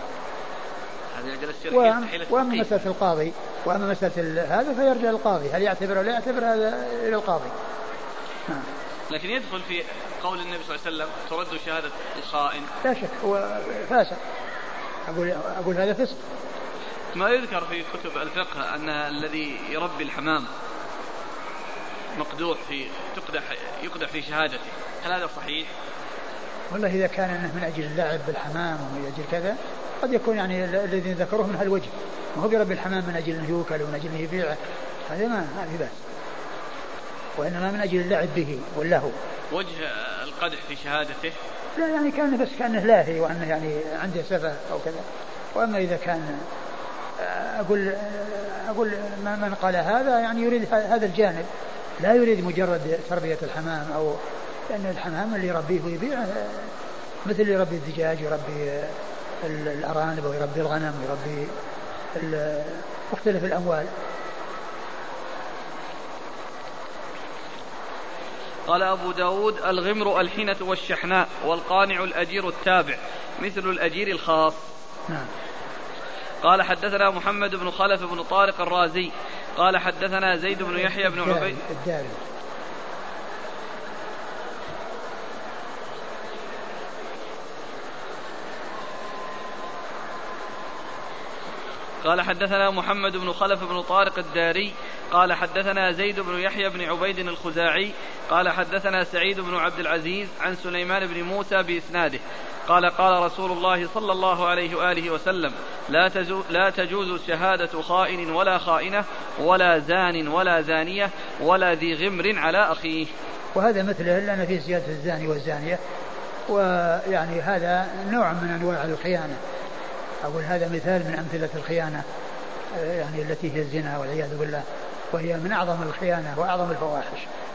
وأما مسألة القاضي وأما مسألة هذا فيرجع للقاضي هل يعتبر أو لا يعتبر، هذا إلى القاضي.
لكن يدخل في قول النبي صلى الله عليه وسلم ترد شهادة الخائن.
لا شك هو فاسق، أقول هذا فسق.
ما يذكر في كتب الفقه أن الذي يربي الحمام مقدوح في يقدح في شهادته، هل هذا صحيح؟
والله إذا كان أنه من أجل اللعب بالحمام ومن أجل كذا قد يكون يعني الذين ذكروه من هالوجه، ما هو بربي الحمام من أجل أنه يوكل ومن أجل أنه يبيعه، هذا ما في بأس، وإنما من أجل اللعب به واللهو.
وجه القدح في شهادته
لا يعني كان بس كأنه لاهي وأنه يعني عنده سفه أو كذا. وأما إذا كان أقول من قال هذا يعني يريد هذا الجانب، لا يريد مجرد تربية الحمام، أو لأن الحمام اللي يربيه ويبيعه مثل اللي يربي الدجاج ويربي الأرانب ويربي الغنم ويربي مختلف الأموال.
قال أبو داود الغمر الحنة والشحناء والقانع الأجير التابع مثل الأجير الخاص.
نعم.
قال حدثنا محمد بن خلف بن طارق الرازي قال حدثنا زيد بن يحيى بن عبيد
الداري.
قال حدثنا محمد بن خلف بن طارق الداري قال حدثنا زيد بن يحيى بن عبيد الخزاعي قال حدثنا سعيد بن عبد العزيز عن سليمان بن موسى بإسناده قال قال رسول الله صلى الله عليه وآله وسلم لا تجوز شهادة خائن ولا خائنة ولا زان ولا زانية ولا ذي غمر على أخيه.
وهذا مثله لأن في زيادة الزاني والزانية، ويعني هذا نوع من أنواع الخيانة، أقول هذا مثال من أمثلة الخيانة يعني التي هي الزنا والعياذ بالله، وهي من أعظم الخيانة وأعظم الفواحش.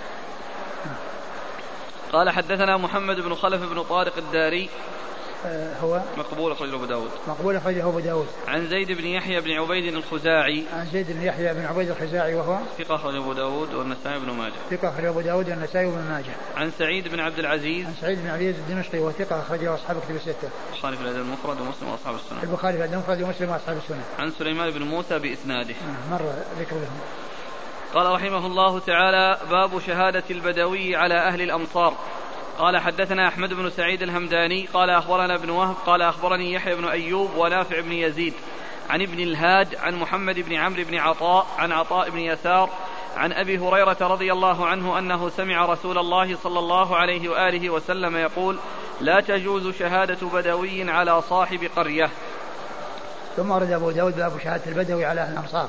قال حدثنا محمد بن خلف بن طارق الداري
هو
مقبول أخرجه أبو داود.
مقبول أخرجه أبو داود.
عن زيد بن يحيى بن عبيد الخزاعي.
عن زيد بن يحيى بن عبيد الخزاعي وهو
ثقة أخرجه أبو داود والنسائي بن ماجه.
ثقة أخرجه أبو داود والنسائي بن ماجه.
عن سعيد بن عبد العزيز.
عن سعيد بن عبد العزيز الدمشقي وثقة أخرجه أصحاب كتب الستة.
البخاري في الأدب المفرد ومسلم وأصحاب السنة.
البخاري في الأدب المفرد ومسلم وأصحاب السنة.
عن سليمان بن موسى بإسناده.
مر ذكر لهم.
قال رحمه الله تعالى باب شهادة البدوي على أهل الأمصار. قال حدثنا أحمد بن سعيد الهمداني قال أخبرنا ابن وهب قال أخبرني يحيى بن أيوب ونافع بن يزيد عن ابن الهاد عن محمد بن عمرو بن عطاء عن عطاء بن يسار عن أبي هريرة رضي الله عنه أنه سمع رسول الله صلى الله عليه وآله وسلم يقول لا تجوز شهادة بدوي على صاحب قرية.
ثم ورد أبو داود باب شهادة البدوي على أهل الأمصار.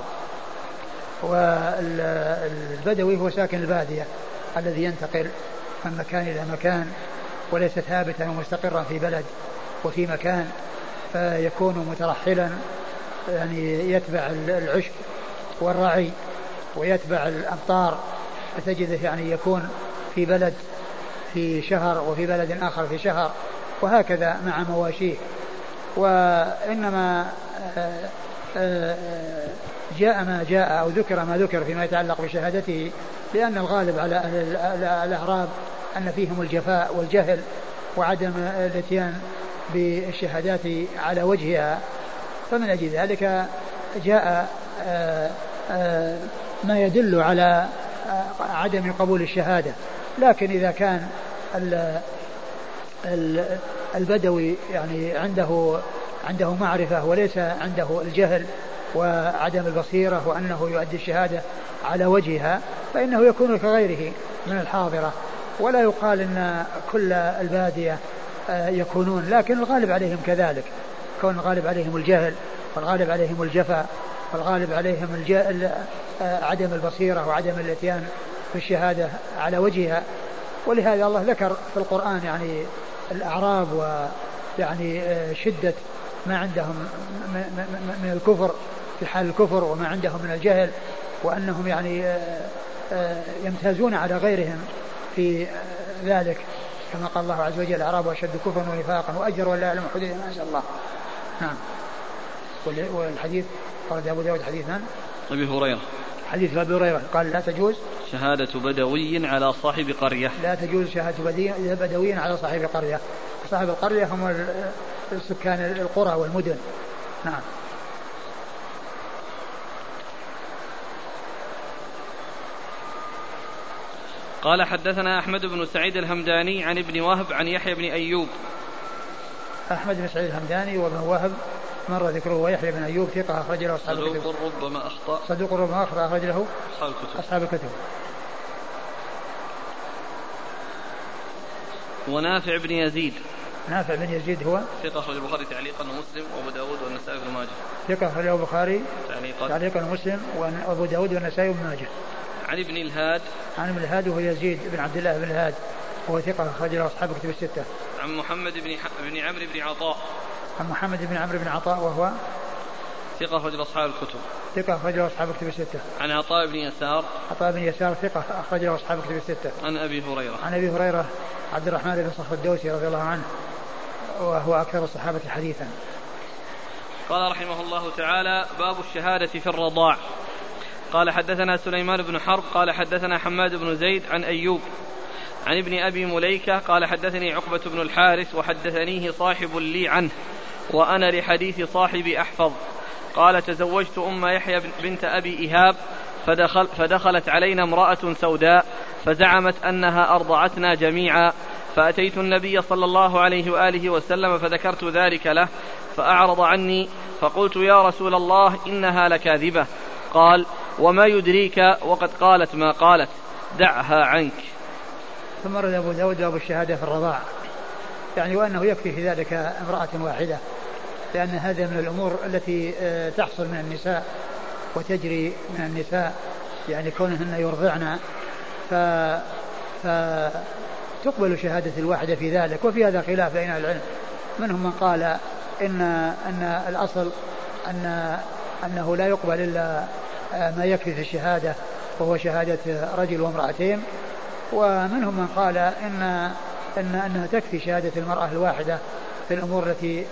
والبدوي هو ساكن البادية الذي ينتقل من مكان إلى مكان وليس ثابتا ومستقرا في بلد وفي مكان، فيكون مترحلا يعني يتبع العشب والرعي ويتبع الأمطار، فتجده يعني يكون في بلد في شهر وفي بلد آخر في شهر، وهكذا مع مواشيه. وإنما جاء ما جاء أو ذكر ما ذكر فيما يتعلق بشهادته لأن الغالب على الأعراب أن فيهم الجفاء والجهل وعدم الاتيان بالشهادات على وجهها، فمن أجل ذلك جاء ما يدل على عدم قبول الشهادة. لكن إذا كان البدوي يعني عنده معرفة وليس عنده الجهل وعدم البصيرة وأنه يؤدي الشهادة على وجهها فإنه يكون كغيره من الحاضرة، ولا يقال أن كل البادية يكونون، لكن الغالب عليهم كذلك، كون الغالب عليهم الجهل والغالب عليهم الجفاء والغالب عليهم عدم البصيرة وعدم الاتيان بالشهادة على وجهها. ولهذا الله ذكر في القرآن يعني الأعراب ويعني شدة ما عندهم من الكفر في حال الكفر وما عندهم من الجهل، وأنهم يعني يمتازون على غيرهم في ذلك، كما قال الله عز وجل الأعراب أشد كفرا ونفاقا وأجر ولا يعلم حدود ما أنزل الله. نعم. والحديث قال أبو داود حديثا
أبي هريرة
حديث أبي هريرة قال لا تجوز
شهادة بدوي على صاحب قرية.
لا تجوز شهادة بدوي على صاحب قرية. صاحب القرية هم سكان القرى والمدن. نعم.
قال حدثنا أحمد بن سعيد الهمداني عن ابن وهب عن يحيى بن أيوب.
أحمد بن سعيد الهمداني وابن وهب مر ذكره، ويحيى بن أيوب ثقة أخرج له أصحاب الكتب.
صدوق ربما أخطأ.
صدوق ربما أخطأ أخرج له أصحاب الكتب.
ونافع بن يزيد.
نافع بن يزيد هو
ثقة أخرج البخاري تعليقا ومسلم وأبو داود والنسائي بن ماجه.
ثقة أخرج البخاري
تعليقا
ومسلم وأبو داود والنسائي بن ماجه.
عن ابن الهاد.
عن ابن الهاد وهو يزيد بن عبد الله بن الهاد وهو ثقة أخرج له أصحاب الكتب الستة.
عن محمد بن عمرو بن عطاء.
عن محمد بن عمرو بن عطاء وهو
ثقة أخرج أصحاب الكتب.
ثقة أخرج له أصحاب الكتب الستة.
عن عطاء بن يسار.
عطاء بن يسار ثقة أخرج له أصحاب الكتب الستة.
عن أبي هريرة.
عن أبي هريرة عبد الرحمن بن صخر الدوسي رضي الله عنه وهو أكثر الصحابة حديثا.
قال رحمه الله تعالى: باب الشهادة في الرضاع. قال حدثنا سليمان بن حرب قال حدثنا حماد بن زيد عن أيوب عن ابن أبي مليكة قال حدثني عقبة بن الحارث وحدثنيه صاحب لي عنه وأنا لحديث صاحبي أحفظ. قال: تزوجت أم يحيى بنت أبي إيهاب فدخلت علينا امرأة سوداء فزعمت أنها أرضعتنا جميعا، فأتيت النبي صلى الله عليه وآله وسلم فذكرت ذلك له فأعرض عني، فقلت: يا رسول الله إنها لكاذبة. قال: وما يدريك وقد قالت ما قالت، دعها عنك.
ثم رد أبو داود باب الشهادة في الرضاع، يعني وأنه يكفي في ذلك امرأة واحدة، لأن هذا من الأمور التي تحصل من النساء وتجري من النساء، يعني كونهن يرضعن فتقبل شهادة الواحدة في ذلك. وفي هذا خلاف بين العلم، منهم من قال إن الأصل أنه لا يقبل إلا ما يكفي في الشهادة وهو شهادة رجل وامرأتين، ومنهم من قال أنها تكفي شهادة المرأة الواحدة في الأمور التي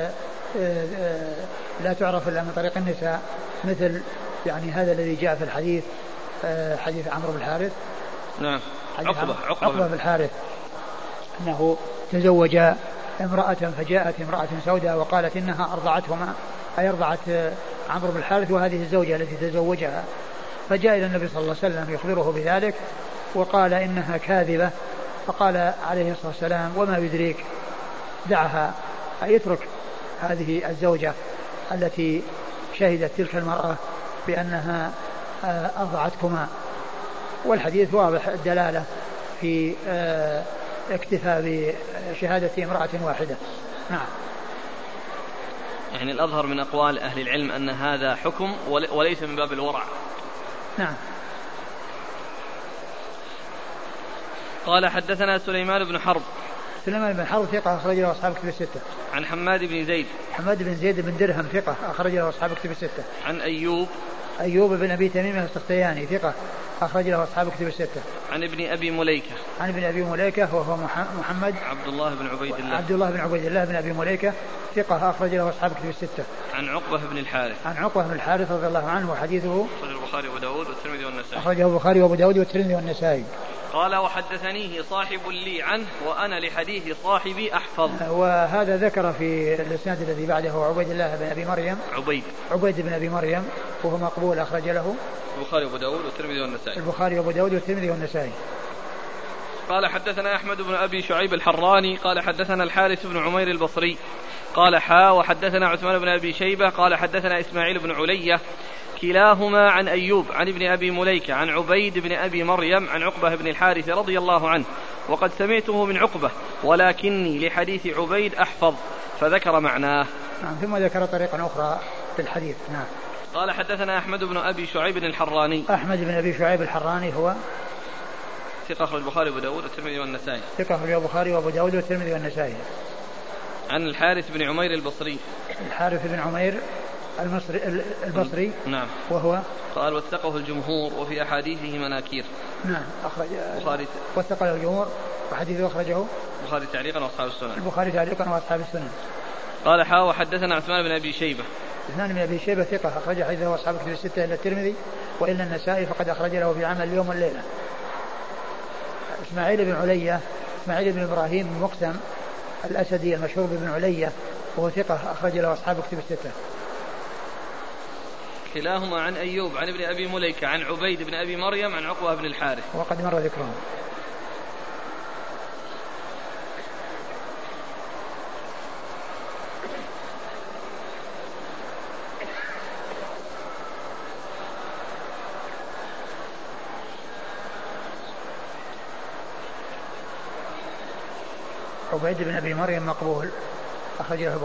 لا تعرف إلا من طريق النساء، مثل يعني هذا الذي جاء في الحديث، حديث عمرو بن الحارث.
نعم.
عقبة بن الحارث أنه تزوج امرأة فجاءت امرأة سوداء وقالت إنها أرضعتهما، أي أرضعت عمرو بن الحارث وهذه الزوجة التي تزوجها، فجاء إلى النبي صلى الله عليه وسلم يخبره بذلك وقال إنها كاذبة، فقال عليه الصلاة والسلام: وما يدريك، دعها، أي اترك هذه الزوجة التي شهدت تلك المرأة بأنها أرضعتكما. والحديث واضح الدلالة في اكتفاء بشهادة امرأة واحدة. نعم.
يعني الأظهر من أقوال أهل العلم أن هذا حكم وليس من باب الورع.
نعم.
قال حدثنا سليمان بن حرب.
سليمان بن حرب ثقة أخرج له أصحاب الكتب الستة.
عن حماد بن زيد.
حماد بن زيد بن درهم ثقة أخرج له أصحاب الكتب الستة.
عن أيوب.
أيوب بن أبي تميم السختياني ثقة أخرج له أصحاب الكتب الستة.
عن ابن أبي مليكة.
عن ابن أبي مليكة وهو محمد
عبد الله بن عبيد الله.
عبد الله بن عبيد الله بن أبي مليكة ثقة أخرج له أصحاب الكتب الستة.
عن عقبة بن الحارث.
عن عقبة بن الحارث رضي الله عنه وحديثه
أخرجه البخاري وأبو داود والترمذي والنسائي.
أخرجه البخاري وأبو داود والترمذي والنسائي.
قال: وحدثنيه صاحب لي عنه وأنا لحديث صاحبي أحفظ.
وهذا ذكر في الإسناد الذي بعده عبيد الله بن أبي مريم. عبيد بن أبي مريم وهو مقبول أخرج له
البخاري وأبو داود والترمذي والنسائي.
البخاري وأبو داود والترمذي والنسائي.
قال حدثنا أحمد بن أبي شعيب الحراني قال حدثنا الحارث بن عمير البصري قال وحدثنا عثمان بن أبي شيبة قال حدثنا إسماعيل بن علية كلاهما عن أيوب عن ابن أبي مليكة عن عبيد بن أبي مريم عن عقبة بن الحارث رضي الله عنه، وقد سمعته من عقبة ولكني لحديث عبيد أحفظ، فذكر معناه.
ثم ذكر طريقا أخرى في الحديث. نعم.
قال حدثنا أحمد بن أبي شعيب الحراني.
أحمد بن أبي شعيب الحراني هو
ثقة أخرج البخاري وأبو داود والترمذي والنسائي.
ثقة أخرج البخاري وأبو داود والترمذي والنسائي.
عن الحارث بن عمير البصري.
الحارث بن عمير البصري.
نعم.
وهو
قال: وثقه الجمهور وفي أحاديثه مناكير.
نعم. أخرج
البخاري
وثقه الجمهور وحديثه أخرجه
البخاري تعليقا وأصحاب السنن.
البخاري تعليقا وأصحاب السنن.
قال: وحدثنا عثمان بن أبي شيبة.
عثمان بن أبي شيبة ثقة أخرج حديثه أصحاب الكتب الستة إلا الترمذي وإلا النسائي فقد أخرج له في عمل اليوم والليلة. إسماعيل بن علية إسماعيل بن إبراهيم بن مقسم الأسدي المشهور بن علية وهو ثقة أخرج له أصحاب كتب الستة.
كلاهما عن أيوب عن ابن أبي مليكة عن عبيد بن أبي مريم عن عقبة بن الحارث
وقد مر ذكرهم. عبيد بن أبي مريم مقبول أخرج له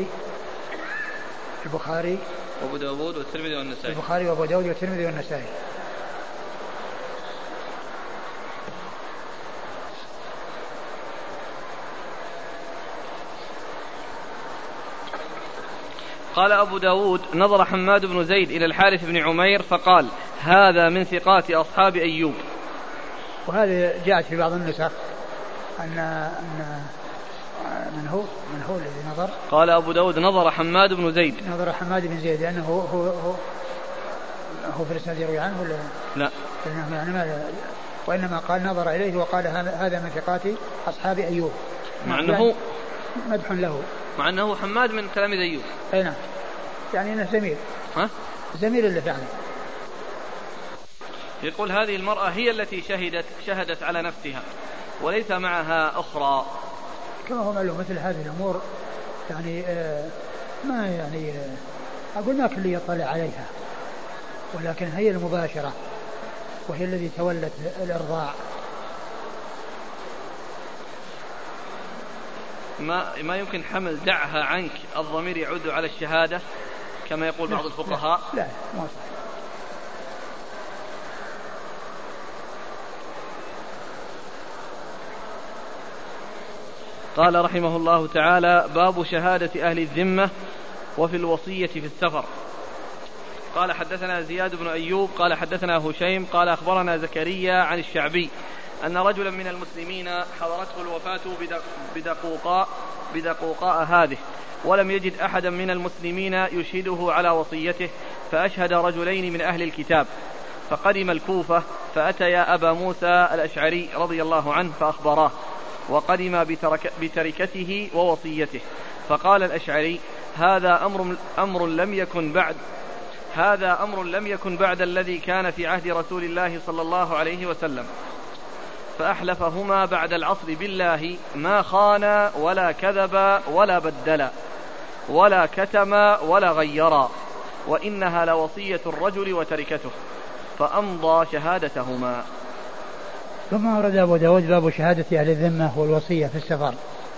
البخاري
وأبو داود والترمذي والنسائي.
البخاري وأبو داود والترمذي والنسائي.
قال أبو داود نظر حماد بن زيد إلى الحارث بن عمير فقال هذا من ثقات أصحاب أيوب.
وهذه جاءت في بعض النسخ أن من هو الذي نظر.
قال أبو داود نظر حماد بن زيد
لأنه هو في الإسناد يروي عنه ولا
لا؟
يعني ماذا؟ وإنما قال نظر إليه وقال هذا من ثقات أصحاب أيوب
مع أنه
مدح له
مع أنه حماد من تلاميذ أيوب.
أي نعم يعني أنه زميل له يعني.
يقول هذه المرأة هي التي شهدت على نفسها وليس معها أخرى.
كما هو معلوم مثل هذه الأمور يعني ما يعني أقول ما كل يطلع عليها ولكن هي المباشرة وهي الذي تولت الإرضاع.
ما يمكن حمل دعها عنك الضمير يعود على الشهادة كما يقول بعض الفقهاء.
لا ما صحيح.
قال رحمه الله تعالى باب شهادة أهل الذمة وفي الوصية في السفر. قال حدثنا زياد بن أيوب قال حدثنا هشيم قال أخبرنا زكريا عن الشعبي أن رجلا من المسلمين حضرته الوفاة بدقوقاء هذه ولم يجد أحدا من المسلمين يشهده على وصيته فأشهد رجلين من أهل الكتاب فقدم الكوفة فأتيا أبا موسى الأشعري رضي الله عنه فأخبراه وقدم بتركته ووصيته فقال الأشعري هذا أمر لم يكن بعد الذي كان في عهد رسول الله صلى الله عليه وسلم فأحلفهما بعد العصر بالله ما خانا ولا كذبا ولا بدلا ولا كتما ولا غيرا وإنها لوصية الرجل وتركته فأمضى شهادتهما.
ثم ورد أبو داود باب شهادة أهل الذمة والوصية في السفر.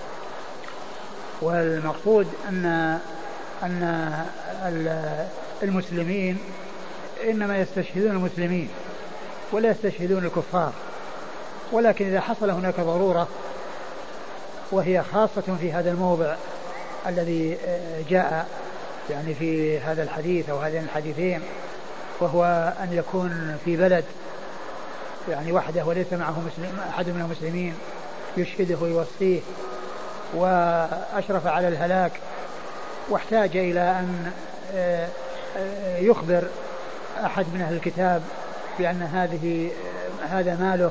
والمقصود أن المسلمين إنما يستشهدون المسلمين ولا يستشهدون الكفار، ولكن إذا حصل هناك ضرورة وهي خاصة في هذا الموضع الذي جاء يعني في هذا الحديث أو هذين الحديثين، وهو أن يكون في بلد يعني وحده وليس معه أحد من المسلمين يشهده ويوصيه وأشرف على الهلاك واحتاج إلى أن يخبر أحد من أهل الكتاب بأن هذا ماله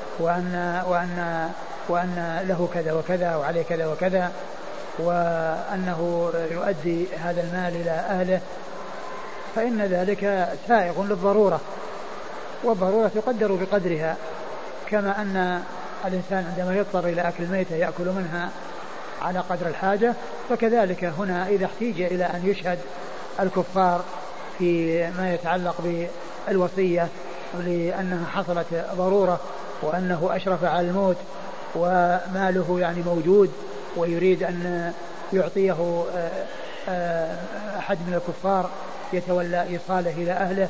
وأن له كذا وكذا وعليه كذا وكذا وأنه يؤدي هذا المال إلى أهله، فإن ذلك سائغ للضرورة، والضرورة تقدر بقدرها، كما أن الإنسان عندما يضطر إلى أكل الميتة يأكل منها على قدر الحاجة، فكذلك هنا إذا احتيج إلى أن يشهد الكفار في ما يتعلق بالوصية لأنها حصلت ضرورة وأنه أشرف على الموت وماله يعني موجود ويريد أن يعطيه أحد من الكفار يتولى إيصاله إلى أهله،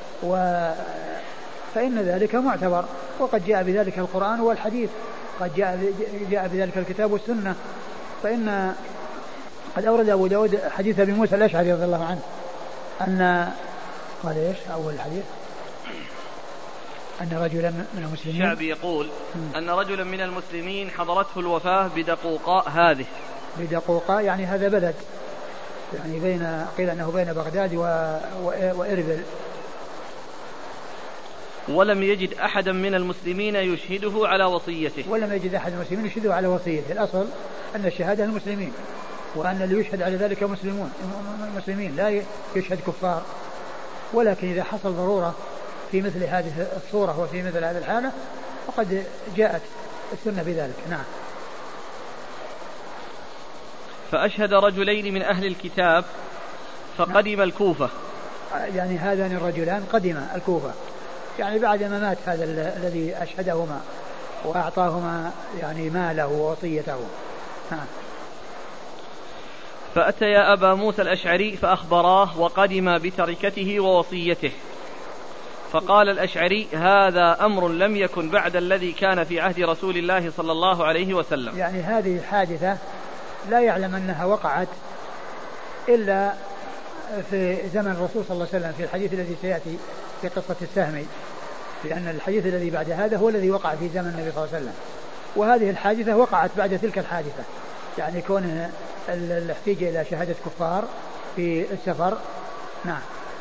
فإن ذلك معتبر، وقد جاء بذلك القرآن والحديث، قد جاء بذلك الكتاب والسنة. فإن قد أورد أبو داود حديث أبي موسى الأشعري رضي الله عنه أن قال إيش أول الحديث؟ أن رجلا من المسلمين
الشعبي يقول أن رجلا من المسلمين حضرته الوفاة بدقوقاء هذه.
بدقوقاء يعني هذا بلد يعني قيل أنه بين بغداد وإربل،
ولم يجد أحدا من المسلمين يشهده على وصيته.
ولم يجد أحد من المسلمين يشهده على وصيته. الأصل أن الشهادة المسلمين، وأن اللي يشهد على ذلك مسلمين لا يشهد كفار. ولكن إذا حصل ضرورة في مثل هذه الصورة وفي مثل هذه الحالة فقد جاءت السنة بذلك. نعم.
فأشهد رجلين من أهل الكتاب فقدم الكوفة.
يعني هذان الرجلان قدم الكوفة، يعني بعد ما مات هذا الذي أشهدهما وأعطاهما يعني ماله ووصيته.
فأتيا أبا موسى الأشعري فأخبراه وقدم بتركته ووصيته. فقال الأشعري: هذا أمر لم يكن بعد الذي كان في عهد رسول الله صلى الله عليه وسلم.
يعني هذه الحادثة لا يعلم أنها وقعت إلا في زمن الرسول صلى الله عليه وسلم، في الحديث الذي سيأتي في قصة السهم، لأن الحديث الذي بعد هذا هو الذي وقع في زمن النبي صلى الله عليه وسلم، وهذه الحادثة وقعت بعد تلك الحادثة، يعني كونه الاحتياج إلى شهادة كفار في السفر. نعم.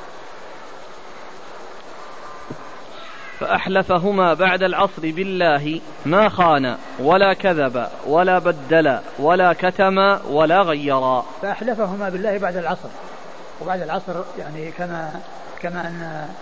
فأحلفهما بعد العصر بالله ما خان ولا كذب ولا بدل ولا كتم ولا غير.
فأحلفهما بالله بعد العصر، وبعد العصر يعني كما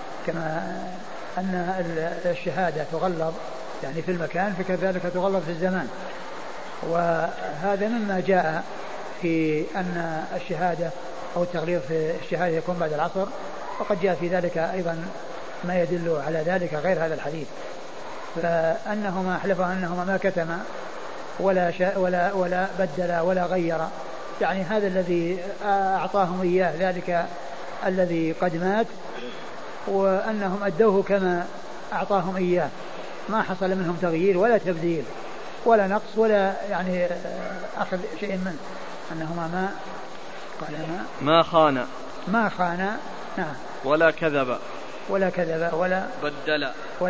أن الشهادة تغلظ يعني في المكان فكذلك تغلظ في الزمان، وهذا مما جاء في أن الشهادة أو التغليظ في الشهادة يكون بعد العصر، وقد جاء في ذلك أيضا ما يدل على ذلك غير هذا الحديث. فأنهما أحلفا أنهما ما كتما ولا بدل ولا غير، يعني هذا الذي أعطاهم إياه ذلك الذي قد مات، وأنهم أدوه كما أعطاهم إياه، ما حصل منهم تغيير ولا تبديل ولا نقص ولا يعني أخذ شيء منه. أنهما
ما خان
نعم
ولا كذب
ولا
بدل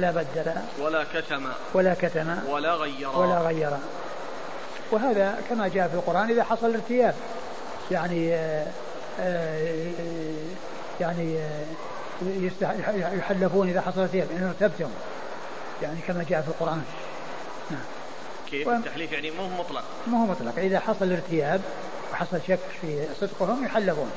ولا كتم ولا غير.
وهذا كما جاء في القرآن إذا حصل ارتياب، يعني يحلفون إذا حصل ارتياب إن ارتبتم، يعني كما جاء في القرآن. نعم.
كيف التحليف؟ يعني
مو مطلق، إذا حصل ارتياب وحصل شك في صدقهم يحلفون.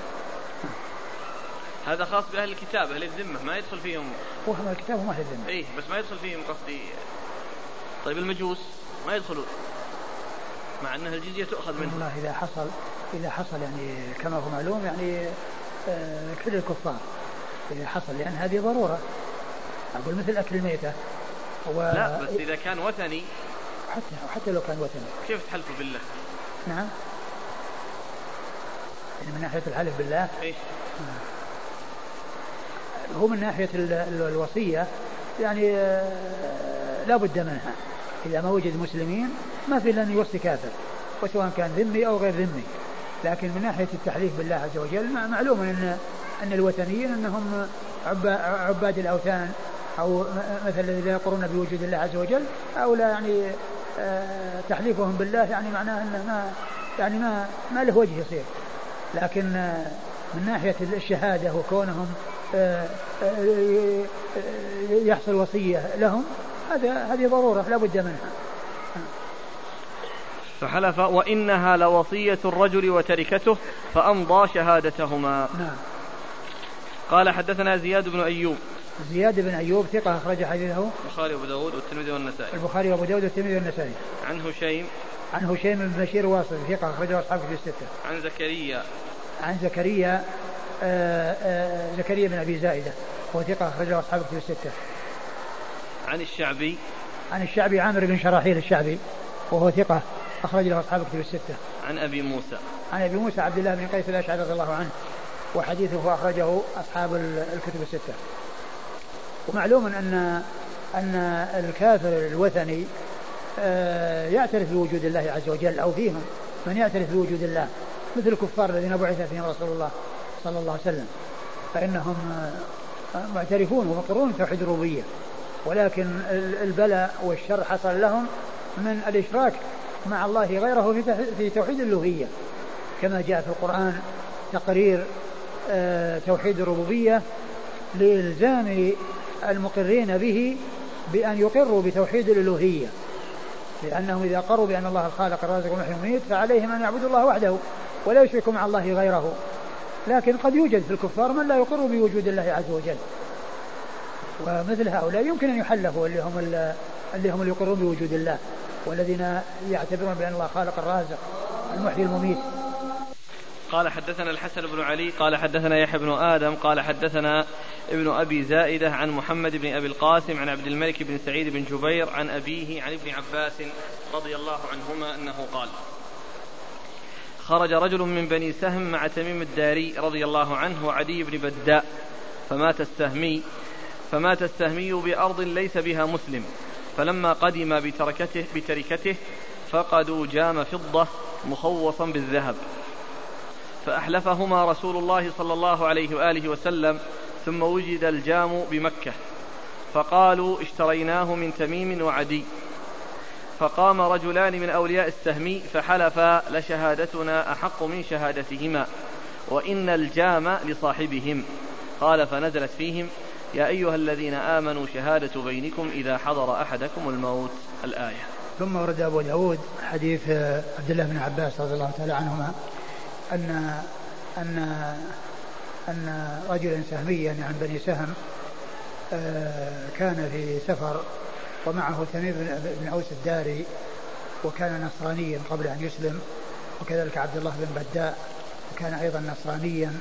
هذا خاص بأهل الكتاب، أهل الذمة ما يدخل فيهم.
وهم الكتاب هم أهل الذمة.
إيه بس ما يدخل فيهم قصدي. طيب المجوس ما يدخلون مع أنها الجزية تؤخذ منهم.
والله إذا حصل يعني كما هو معلوم يعني كل الكفار إذا حصل، لأن هذه ضرورة، أقول مثل أكل الميتة
لا بس إذا كان وثني
حتى لو كان وثني
كيف تحلفوا بالله؟
نعم، يعني من ناحية الحلف بالله
إيه؟
هو من ناحية الوصية يعني لا بد منها، إذا ما وجد مسلمين ما في إلا أن يوصي كافر، وسواء كان ذمي أو غير ذمي. لكن من ناحية التحليف بالله عز وجل معلوم أن الوثنيين أنهم عباد الأوثان، أو مثل الذين يقرون بوجود الله عز وجل، أو لا يعني تحليفهم بالله يعني معناه أنه ما له وجه يصير. لكن من ناحية الشهادة وكونهم يحصل وصية لهم هذه ضرورة لا بد منها.
فحلف وإنها لوصية الرجل وتركته فأمضى شهادتهما.
نعم.
قال حدثنا زياد بن أيوب ثقة أخرج حديثه البخاري وأبو داود والترمذي والنسائي. عن
هشيم بن بشير واصل ثقة أخرجه أصحاب في الستة. عن زكريا بن أبي زائدة وثقة أخرجه أصحاب في الستة. عن الشعبي عامر بن شراحيل الشعبي وهو ثقة أخرج له أصحاب كتب الستة.
عن أبي موسى
عبد الله بن قيس الأشعري رضي الله عنه وحديثه أخرجه أصحاب الكتب الستة. ومعلوم أن الكافر الوثني يعترف بوجود الله عز وجل، أو فيهم من يعترف بوجود الله مثل الكفار الذين بعث فيهم رسول الله صلى الله عليه وسلم، فإنهم معترفون ومقرون توحيد الربوبية، ولكن البلاء والشر حصل لهم من الإشراك مع الله غيره في توحيد الألوهية، كما جاء في القرآن تقرير توحيد الربوبية لإلزام المقرين به بأن يقروا بتوحيد الألوهية، لأنهم إذا قروا بأن الله الخالق الرازق والمحيي والمميت فعليهم أن يعبدوا الله وحده ولا يشركوا مع الله غيره. لكن قد يوجد في الكفار من لا يقر بوجود الله عز وجل، ومثل هؤلاء يمكن أن يحلفوا اللي هم اللي يقرون بوجود الله، والذين يعتبرون بأن الله خالق الرازق المحيي المميت.
قال حدثنا الحسن بن علي قال حدثنا يحيى بن آدم قال حدثنا ابن أبي زائدة عن محمد بن أبي القاسم عن عبد الملك بن سعيد بن جبير عن أبيه عن ابن عباس رضي الله عنهما أنه قال: خرج رجل من بني سهم مع تميم الداري رضي الله عنه وعدي بن بداء فمات السهمي بأرض ليس بها مسلم، فلما قدم بتركته فقدوا جام فضة مخوصا بالذهب، فأحلفهما رسول الله صلى الله عليه وآله وسلم، ثم وجد الجام بمكة، فقالوا: اشتريناه من تميم وعدي. فقام رجلان من أولياء السهم فحلفا: لشهادتنا أحق من شهادتهما، وإن الجام لصاحبهم. قال: فنزلت فيهم: يا أيها الذين آمنوا شهادة بينكم إذا حضر أحدكم الموت. الآية.
ثم ورد أبو داود حديث عبد الله بن عباس رضي الله تعالى عنهما أن رجلا سهميا عن بني سهم كان في سفر ومعه تميم بن أوس الداري، وكان نصرانيا قبل أن يسلم، وكذلك عبد الله بن بداء وكان أيضا نصرانيا،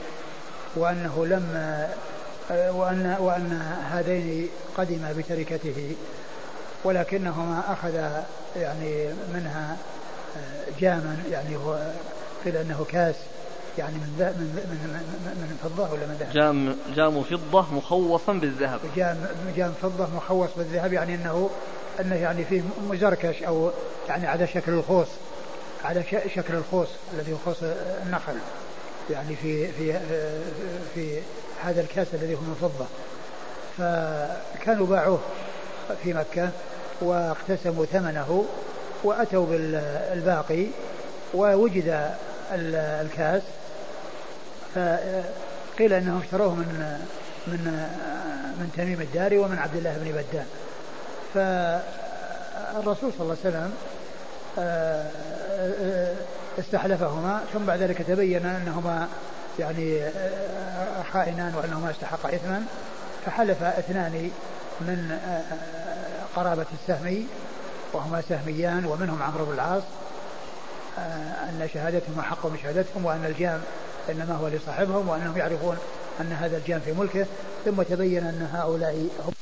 وأن هذين قدما بتركته، ولكنهما أخذ يعني منها جاما، يعني هو قيل أنه كاس يعني من فضة ولا من ذهب،
جام فضة مخوصا بالذهب،
جام فضة مخوص بالذهب، يعني أنه يعني فيه مزركش أو يعني على شكل الخوص، على شكل الخوص الذي هو خوص النخل، يعني في هذا الكاس الذي هو من فضة. فكانوا باعوه في مكة واقتسموا ثمنه وأتوا بالباقي، ووجد الكاس، فقيل أنهم اشتروه من تميم الداري ومن عبد الله بن بداء. فالرسول صلى الله عليه وسلم استحلفهما، ثم بعد ذلك تبين أنهما يعني خائنان وأنهما استحقا إثما، فحلف اثنان من قرابة السهمي وهما سهميان ومنهم عمرو بن العاص أن شهادتهم أحق من شهادتهم، وأن الجام إنما هو لصاحبهم، وأنهم يعرفون أن هذا الجام في ملكه. ثم تبين أن هؤلاء هم